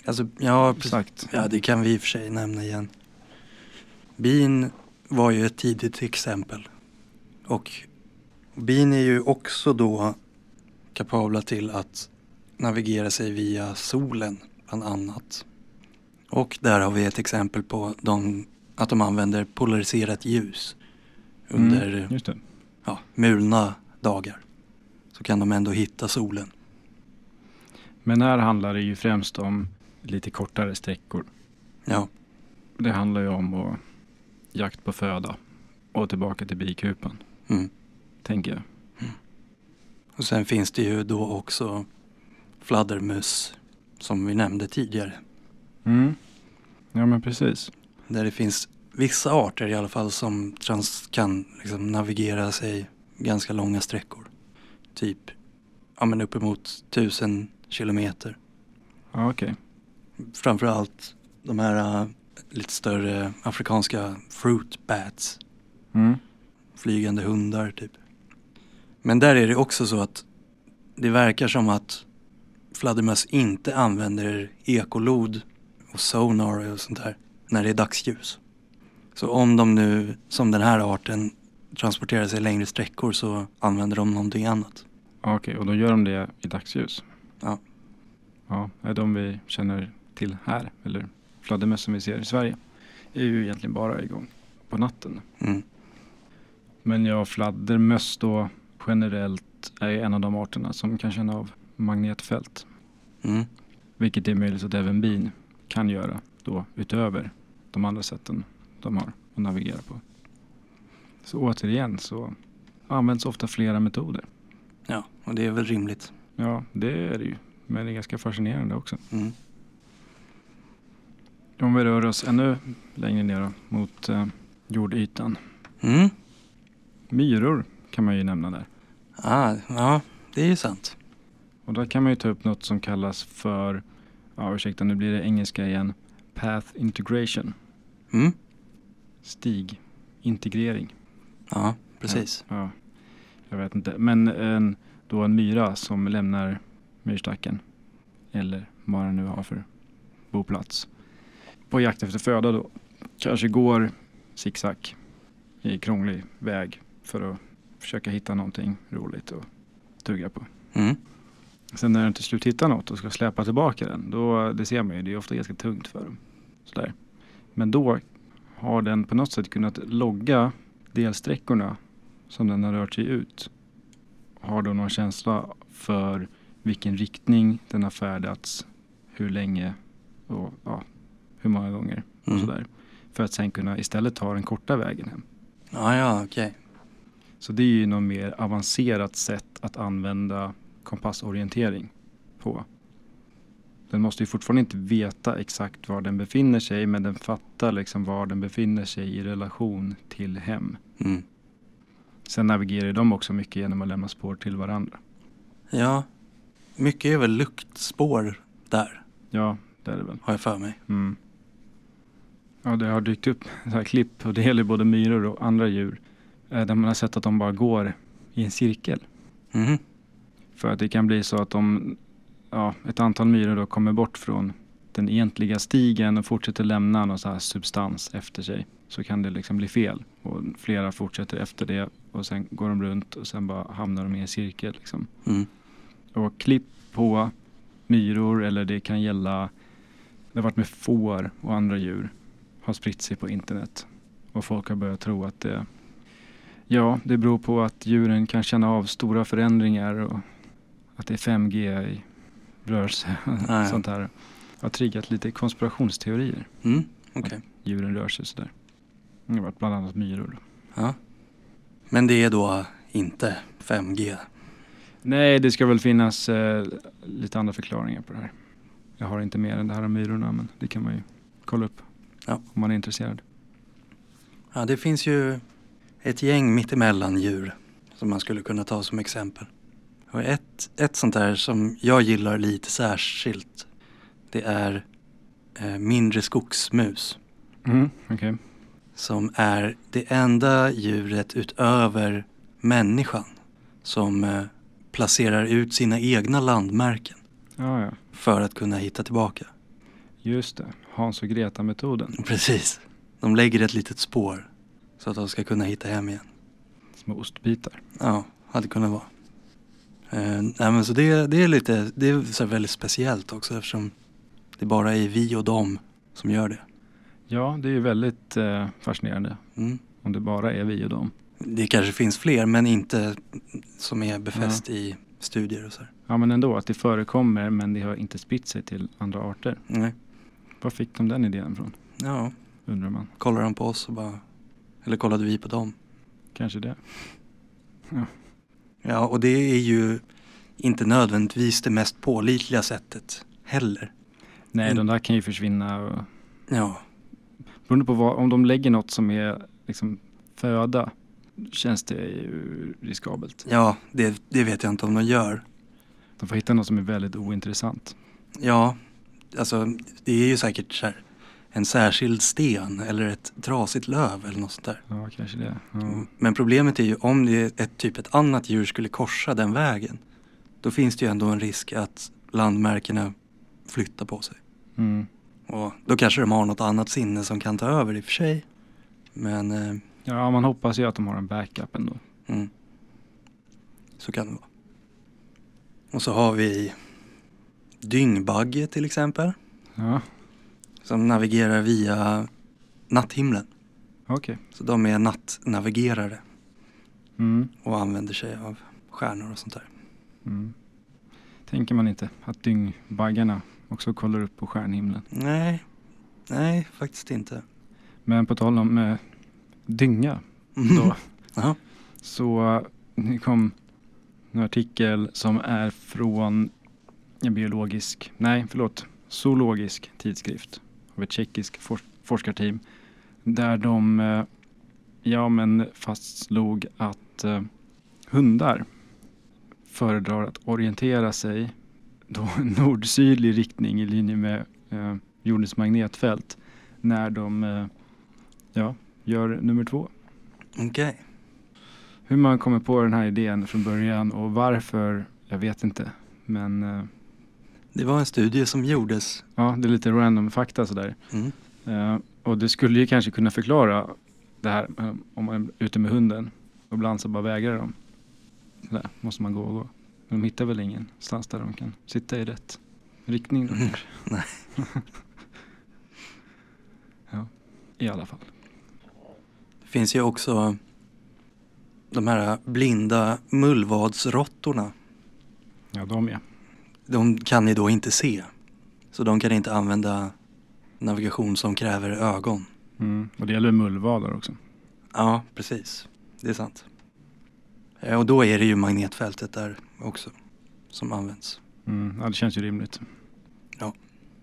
Alltså, ja, Exakt. ja, det kan vi i och för sig nämna igen. Bin var ju ett tidigt exempel. Och bin är ju också då kapabla till att navigera sig via solen, bland annat. Och där har vi ett exempel på att de använder polariserat ljus under Just det. mulna dagar. Så kan de ändå hitta solen. Men här handlar det ju främst om lite kortare sträckor. Ja, Det handlar ju om jakt på föda och tillbaka till bikupan, tänker jag. och sen finns det ju då också fladdermöss som vi nämnde tidigare. Ja, men precis. Där det finns vissa arter i alla fall som kan liksom navigera sig ganska långa sträckor. Typ uppemot 1000 kilometer. Ja, okej. Framförallt de här lite större afrikanska fruit bats. Flygande hundar typ. Men där är det också så att det verkar som att fladdermöss inte använder ekolod och sonar och sånt där när det är dagsljus. Så om de nu, som den här arten, transporterar sig längre sträckor så använder de någonting annat. Ja, okej, och då gör de det i dagsljus? Ja. Ja, är de vi känner till här, eller fladdermöss som vi ser i Sverige, är ju egentligen bara igång på natten. Men ja, fladdermöss då generellt är en av de arterna som kan känna av magnetfält. Vilket är möjligt att även bin kan göra då utöver de andra sätten de har att navigera på. Så återigen så används ofta flera metoder. Ja, och det är väl rimligt. Ja, det är det ju. Men det är ganska fascinerande också. Om vi rör oss ännu längre ner då, mot jordytan. Myror kan man ju nämna där. Ja, det är ju sant. Och där kan man ju ta upp något som kallas för, ursäkta nu blir det engelska igen, path integration. Stigintegrering. Ja, precis. Ja, jag vet inte. Men då en myra som lämnar myrstacken eller vad den nu har för boplats på jakt efter föda då kanske går zigzag i krånglig väg för att försöka hitta någonting roligt att tugga på. Sen när den till slut hittar något och ska släppa tillbaka den, då, det ser man ju, det är ofta ganska tungt för dem. Sådär. Men då har den på något sätt kunnat logga delsträckorna som den har rört sig ut. Har då någon känsla för vilken riktning den har färdats, hur länge och hur många gånger och sådär. För att sen kunna istället ta den korta vägen hem. Ja, okej. Så det är ju något mer avancerat sätt att använda kompassorientering på. Den måste ju fortfarande inte veta exakt var den befinner sig, men den fattar liksom var den befinner sig i relation till hem. Sen navigerar de också mycket genom att lämna spår till varandra. Ja, mycket är väl luktspår där. Ja, det är det väl. Har jag för mig. Ja, det har dykt upp så här klipp, och det gäller både myror och andra djur, där man har sett att de bara går i en cirkel. För att det kan bli så att ett antal myror då kommer bort från den egentliga stigen och fortsätter lämna någon så här substans efter sig. Så kan det liksom bli fel. Och flera fortsätter efter det och sen går de runt och sen bara hamnar de i en cirkel liksom. Och klipp på myror, eller det kan gälla, det har varit med får och andra djur, har spritt sig på internet. Och folk har börjat tro att det beror på att djuren kan känna av stora förändringar och att det är 5G i rörelse. Sånt här har triggat lite konspirationsteorier. Okej. Djuren rör sig sådär. Det har varit bland annat myror. Ja. Men det är då inte 5G? Nej, det ska väl finnas lite andra förklaringar på det här. Jag har inte mer än det här om myrorna, men det kan man ju kolla upp om man är intresserad. Ja, det finns ju ett gäng mittemellan djur som man skulle kunna ta som exempel. Och ett sånt där som jag gillar lite särskilt, det är mindre skogsmus. Okej. Som är det enda djuret utöver människan som placerar ut sina egna landmärken Ja. för att kunna hitta tillbaka. Just det, Hans och Greta-metoden. Precis. De lägger ett litet spår så att de ska kunna hitta hem igen. Små ostbitar. Ja, hade kunnat vara. Nej, men så det är lite, det är så väldigt speciellt också eftersom det bara är vi och dem som gör det. Ja, det är ju väldigt fascinerande. Mm. Om det bara är vi och dem. Det kanske finns fler men inte som är befäst i studier och så här. Ja, men ändå att det förekommer men det har inte spritt sig till andra arter. Nej. Var fick de den idén från? Ja, Undrar man. kollar de på oss och bara... Eller kollade vi på dem? Kanske det. Ja, och det är ju inte nödvändigtvis det mest pålitliga sättet heller. Nej, de där kan ju försvinna. Och... Ja, Beroende på om de lägger något som är liksom föda, känns det ju riskabelt. ja det vet jag inte om de gör. De får hitta något som är väldigt ointressant. Ja, alltså det är ju säkert så här, en särskild sten eller ett trasigt löv eller något sånt där. Ja, kanske det. Ja. Men problemet är ju om det är ett annat djur skulle korsa den vägen. Då finns det ju ändå en risk att landmärkena flyttar på sig. Mm. Och då kanske de har något annat sinne som kan ta över i och för sig. Men Ja, man hoppas ju att de har en backup ändå. Så kan det vara. Och så har vi dyngbagge till exempel. Ja, Som navigerar via natthimlen. okej. Så de är nattnavigerare Mm. och använder sig av stjärnor och sånt där. Mm. Tänker man inte att dyngbaggarna också kollar upp på stjärnhimlen? Nej, faktiskt inte. Men på tal om dynga då. Jaha. Så det kom en artikel som är från en zoologisk tidskrift av ett tjeckiskt forskarteam. Där de fastslog att hundar föredrar att orientera sig då nord-sydlig riktning i linje med jordens magnetfält när de gör nummer 2. Okej. Hur man kommer på den här idén från början och varför, jag vet inte. Men Det var en studie som gjordes. ja, det är lite random fakta sådär. Och det skulle ju kanske kunna förklara det här om man är ute med hunden och ibland så bara vägrar de. Sådär måste man gå och gå. Men de hittar väl ingenstans där de kan sitta i rätt riktning då kanske. Nej. Ja, i alla fall. Det finns ju också de här blinda mullvadsråttorna. Ja, de är. De kan ni då inte se. Så de kan inte använda navigation som kräver ögon. Och det gäller mullvadar också. Ja, precis. Det är sant. Och då är det ju magnetfältet där också som används. Ja, det känns ju rimligt. Ja.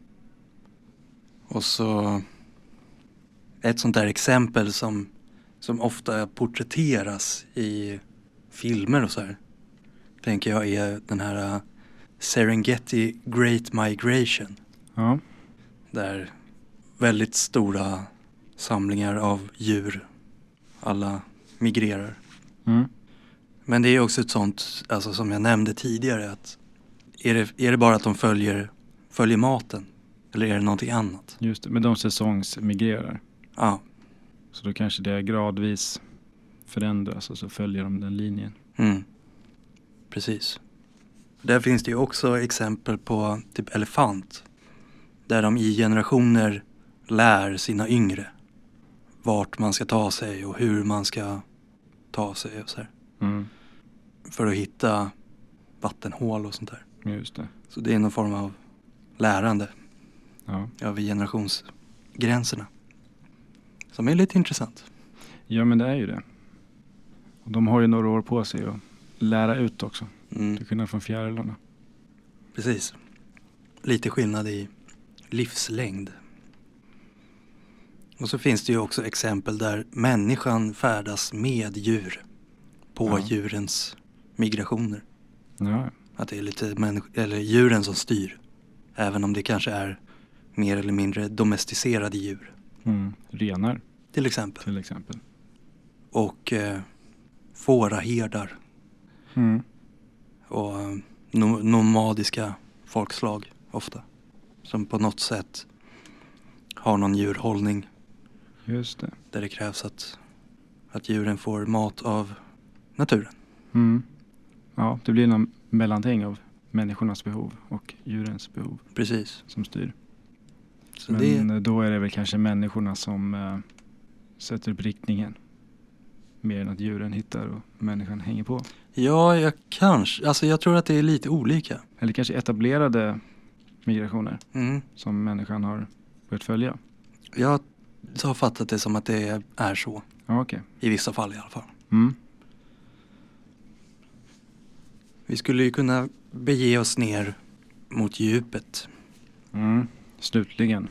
Och så ett sånt där exempel som ofta porträtteras i filmer och så här. Tänker jag är den här Serengeti Great Migration. Ja. Där väldigt stora samlingar av djur alla migrerar. Men det är också ett sånt, alltså som jag nämnde tidigare, att är det bara att de följer maten? Eller är det någonting annat? Just det, men de säsongsmigrerar. Ja. Så då kanske det gradvis förändras och så följer de den linjen. Precis. Där finns det ju också exempel på typ elefant. Där de i generationer lär sina yngre vart man ska ta sig och hur man ska ta sig och så här. För att hitta vattenhål och sånt där. Just det. Så det är någon form av lärande över generationsgränserna. Som är lite intressant. Ja, men det är ju det. Och de har ju några år på sig att lära ut också. Till skillnad från fjärilarna. Precis. Lite skillnad i livslängd. Och så finns det ju också exempel där människan färdas med djur på djurens migrationer. Ja. Att det är lite djuren som styr. Även om det kanske är mer eller mindre domesticerade djur. Renar. Till exempel. Till exempel. Och fåraherdar. Och nomadiska folkslag ofta. Som på något sätt har någon djurhållning Just det. där det krävs att djuren får mat av naturen. Mm. Ja, det blir någon mellanting av människornas behov och djurens behov Precis. som styr. Så Men då är det väl kanske människorna som sätter upp riktningen. Mer än att djuren hittar och människan hänger på. Ja, jag tror att det är lite olika. Eller kanske etablerade migrationer Mm. som människan har börjat följa. Jag har fattat det som att det är så. Ja, okej. I vissa fall i alla fall. Mm. Vi skulle ju kunna bege oss ner mot djupet. Mm. Slutligen.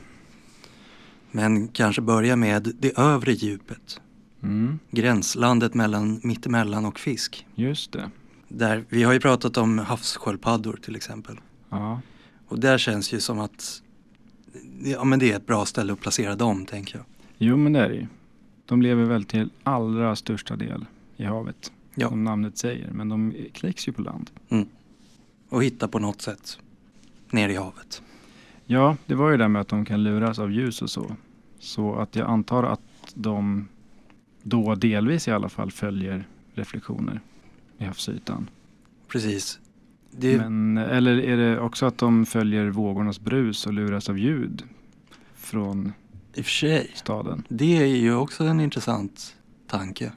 Men kanske börja med det övre djupet. Mm. Gränslandet mittemellan och fisk. Just det. Där, vi har ju pratat om havssköldpaddor till exempel. Ja. Och där känns ju som att men det är ett bra ställe att placera dem, tänker jag. Jo, men det är det ju. De lever väl till allra största del i havet. Ja. Som namnet säger. Men de kläcks ju på land. Och hitta på något sätt ner i havet. Ja, det var ju det med att de kan luras av ljus och så. Så att jag antar att de då delvis i alla fall följer reflektioner i havsytan. Precis. Eller är det också att de följer vågornas brus och luras av ljud från I och för sig. staden? Det är ju också en intressant tanke.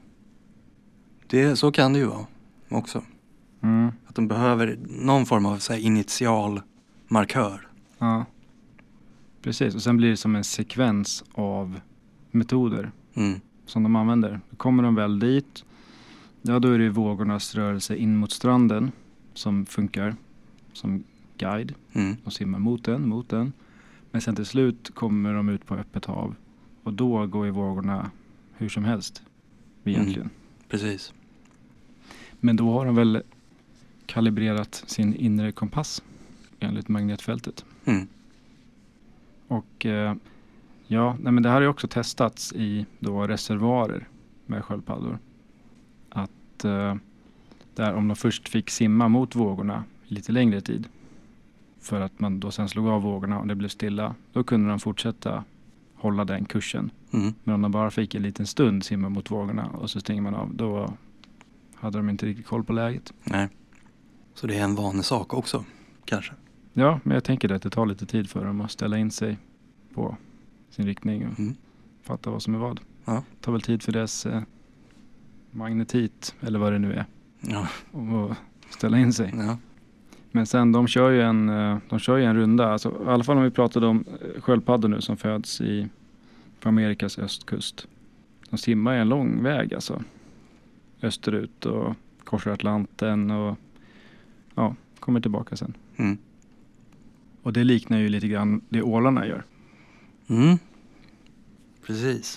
Så kan det ju vara också. Mm. Att de behöver någon form av så här, initial markör. Ja, precis. Och sen blir det som en sekvens av metoder Mm. som de använder. Då kommer de väl dit. Ja, då är det vågornas rörelse in mot stranden som funkar som guide. Mm. Och simmar mot den. Men sen till slut kommer de ut på öppet hav. Och då går ju vågorna hur som helst egentligen. Precis. Men då har de väl kalibrerat sin inre kompass enligt magnetfältet. Mm. Och men det här har ju också testats i då reservoarer med sköldpaddor. Att där om de först fick simma mot vågorna lite längre tid. För att man då sen slog av vågorna och det blev stilla. Då kunde de fortsätta hålla den kursen. Mm. Men om de bara fick en liten stund simma mot vågorna och så stänger man av. Då hade de inte riktigt koll på läget. Nej. Så det är en vanlig sak också, kanske. Ja, men jag tänker att det tar lite tid för dem att ställa in sig på sin riktning och fatta vad som är vad. Ja. Det tar väl tid för deras magnetit, eller vad det nu är, Ja. och ställa in sig. Ja. Men sen de kör ju en runda, alltså, i alla fall om vi pratade om sköldpaddor nu som föds på Amerikas östkust. De simmar en lång väg alltså, österut och korsar Atlanten och kommer tillbaka sen. Mm. Och det liknar ju lite grann det ålarna gör. Mm. Precis.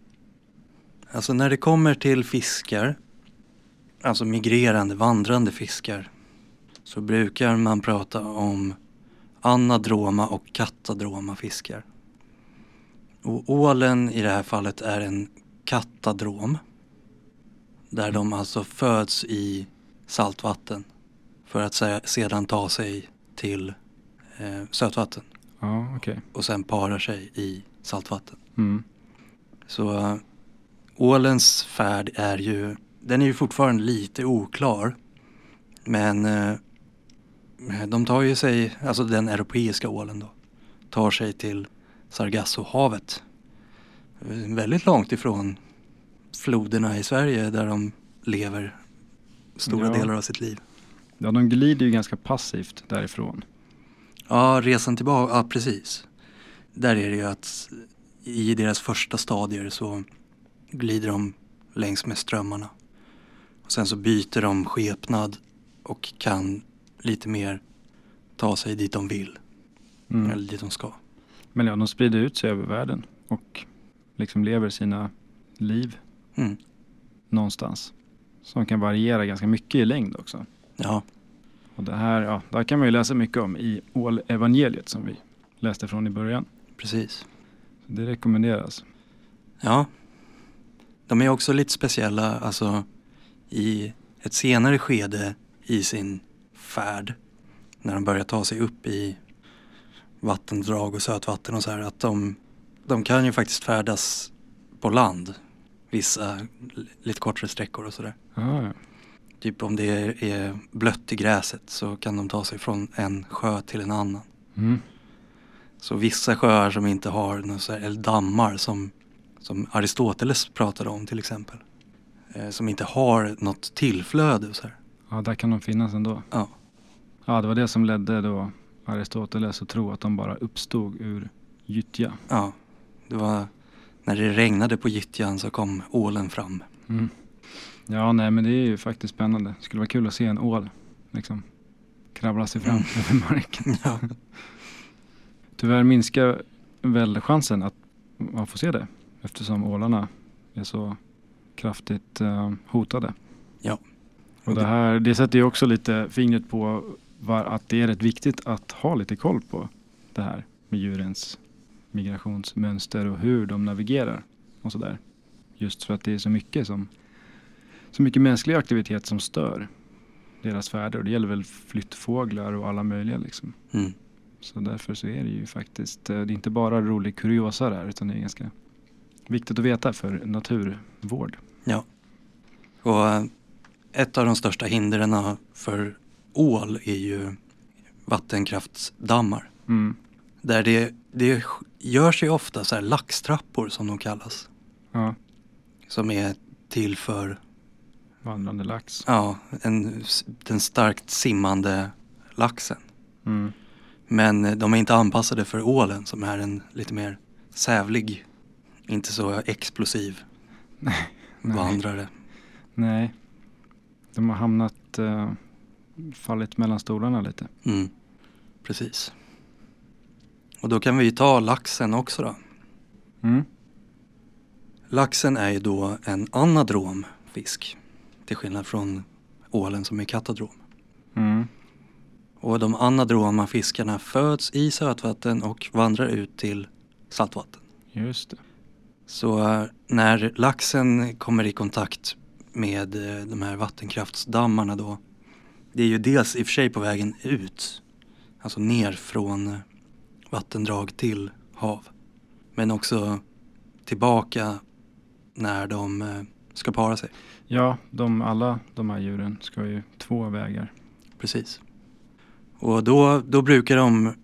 Alltså när det kommer till fiskar, alltså migrerande, vandrande fiskar, så brukar man prata om anadroma och katadroma fiskar. Och ålen i det här fallet är en katadrom, där de alltså föds i saltvatten för att sedan ta sig till sötvatten. Ja, okej. Och sen parar sig i saltvatten. Mm. Så ålens färd är ju fortfarande lite oklar. Men de tar ju sig, alltså den europeiska ålen då, tar sig till Sargassohavet. Väldigt långt ifrån floderna i Sverige där de lever stora delar av sitt liv. Ja, de glider ju ganska passivt därifrån. Ja, resan tillbaka, ja precis. Där är det ju att i deras första stadier så glider de längs med strömmarna. Och sen så byter de skepnad och kan lite mer ta sig dit de vill. Eller dit de ska. Men ja, de sprider ut sig över världen och liksom lever sina liv någonstans. Som kan variera ganska mycket i längd också. Ja. Och det här, där kan man ju läsa mycket om i ålevangeliet som vi läste från i början. Precis. Så det rekommenderas. Ja. De är också lite speciella, alltså i ett senare skede i sin färd. När de börjar ta sig upp i vattendrag och sötvatten och så här. Att de de kan ju faktiskt färdas på land. Vissa lite kortare sträckor och sådär. Ja. Typ om det är blött i gräset så kan de ta sig från en sjö till en annan. Mm. Så vissa sjöar som inte har någon så här, eller dammar som Aristoteles pratade om till exempel. Som inte har något tillflöde och så här. Ja, där kan de finnas ändå. Ja. Ja, det var det som ledde då Aristoteles att tro att de bara uppstod ur gyttja. Ja, det var när det regnade på gyttjan så kom ålen fram. Mm. Ja, nej, men det är ju faktiskt spännande. Det skulle vara kul att se en ål liksom kravla sig fram över marken. Ja. Tyvärr minskar väl chansen att man får se det eftersom ålarna är så kraftigt hotade. Ja. Och det sätter ju också lite fingret på att det är rätt viktigt att ha lite koll på det här med djurens migrationsmönster och hur de navigerar och sådär. Just för att det är så mycket mänsklig aktivitet som stör deras färder. Och det gäller väl flyttfåglar och alla möjliga liksom. Mm. Så därför så är det ju faktiskt, det är inte bara rolig kuriosa där utan det är ganska viktigt att veta för naturvård. Ja. Och ett av de största hindren för ål är ju vattenkraftsdammar. Mm. Där det gör sig ofta så här laxtrappor som de kallas. Ja, Som är till för vandrande lax. den starkt simmande laxen. Mm. Men de är inte anpassade för ålen som är en lite mer sävlig, inte så explosiv vandrare. Nej, de har hamnat, fallit mellan stolarna lite. Mm, precis. Och då kan vi ju ta laxen också då. Mm. Laxen är ju då en anadrom fisk. Till skillnad från ålen som är katadrom. Mm. Och de anadroma fiskarna föds i sötvatten och vandrar ut till saltvatten. Just det. Så när laxen kommer i kontakt med de här vattenkraftsdammarna då. Det är ju dels i och för sig på vägen ut. Alltså ner från vattendrag till hav. Men också tillbaka när de ska para sig. Ja, alla de här djuren ska ju 2 vägar. Precis. Och då brukar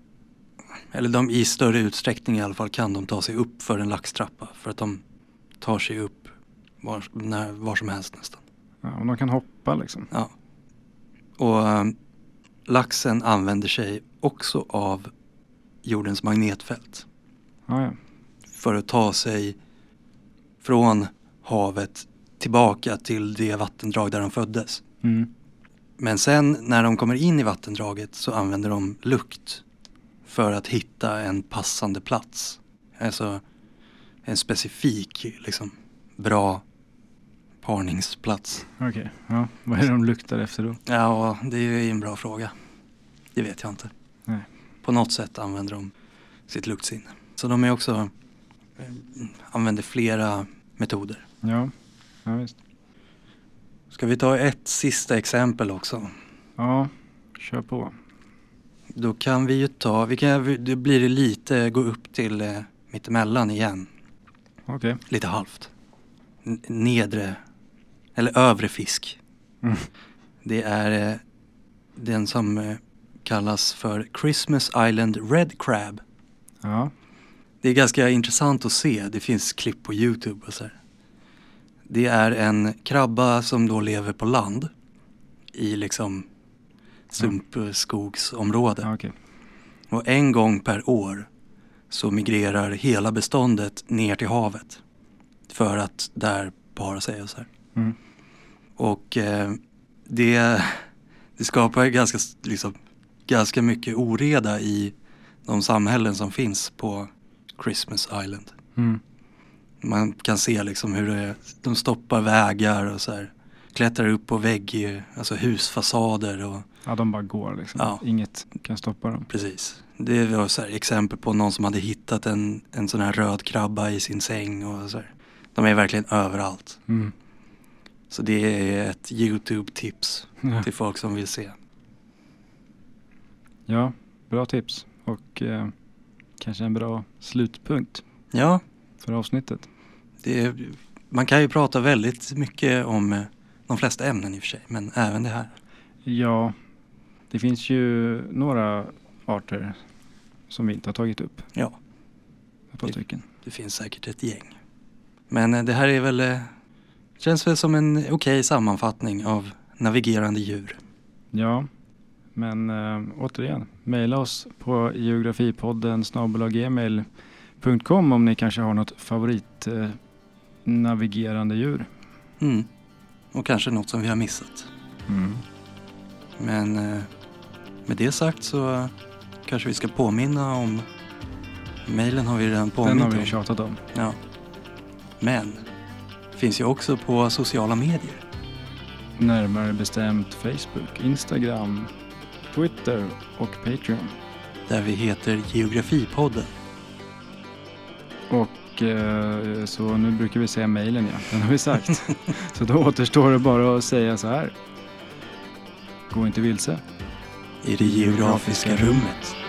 de i större utsträckning i alla fall kan de ta sig upp för en laxtrappa. För att de tar sig upp var som helst nästan. Ja, och de kan hoppa liksom. Ja. Och laxen använder sig också av jordens magnetfält. Ja. För att ta sig från havet tillbaka till det vattendrag där de föddes. Mm. Men sen när de kommer in i vattendraget så använder de lukt för att hitta en passande plats. Alltså en specifik, liksom, bra parningsplats. Okej. Ja, vad är det de luktar efter då? Ja, det är ju en bra fråga. Det vet jag inte. Nej. På något sätt använder de sitt luktsinne. Så de är också använder flera metoder. Ja visst. Ska vi ta ett sista exempel också? Ja, kör på. Då kan vi ju det blir det lite, gå upp till mittemellan igen. Okej. Lite halvt. Nedre, eller övre fisk. Mm. Det är den som kallas för Christmas Island Red Crab. Ja. Det är ganska intressant att se. Det finns klipp på YouTube och så här. Det är en krabba som då lever på land. I liksom sumpskogsområde. Ja, okej. Och en gång per år så migrerar hela beståndet ner till havet. För att där para sig och så här. Mm. Och det skapar ganska mycket oreda i de samhällen som finns på Christmas Island. Mm. Man kan se liksom hur de stoppar vägar och så här, klättrar upp på alltså husfasader och Ja, de bara går liksom. Ja. Inget kan stoppa dem. precis. Det var så här exempel på någon som hade hittat en sån här röd krabba i sin säng och så här. De är verkligen överallt. Mm. Så det är ett YouTube-tips Ja. till folk som vill se. Ja, bra tips. Och kanske en bra slutpunkt Ja, för avsnittet. man kan ju prata väldigt mycket om de flesta ämnen i och för sig, men även det här. Ja, det finns ju några arter som vi inte har tagit upp. Ja, Ett par stycken. det finns säkert ett gäng. Men det här är väl, känns väl som en okej sammanfattning av navigerande djur. Ja, men återigen, mejla oss på geografipodden@gmail.com om ni kanske har något favorit navigerande djur. Mm. Och kanske något som vi har missat. Mm. Men med det sagt så kanske vi ska påminna om... Mejlen har vi redan påmint om. Den har vi tjatat om. Ja. Men finns ju också på sociala medier. Närmare bestämt Facebook, Instagram, Twitter och Patreon. Där vi heter Geografipodden. Och så nu brukar vi säga mejlen, ja. Den har vi sagt. Så då återstår det bara att säga så här. Gå inte vilse. I det geografiska rummet.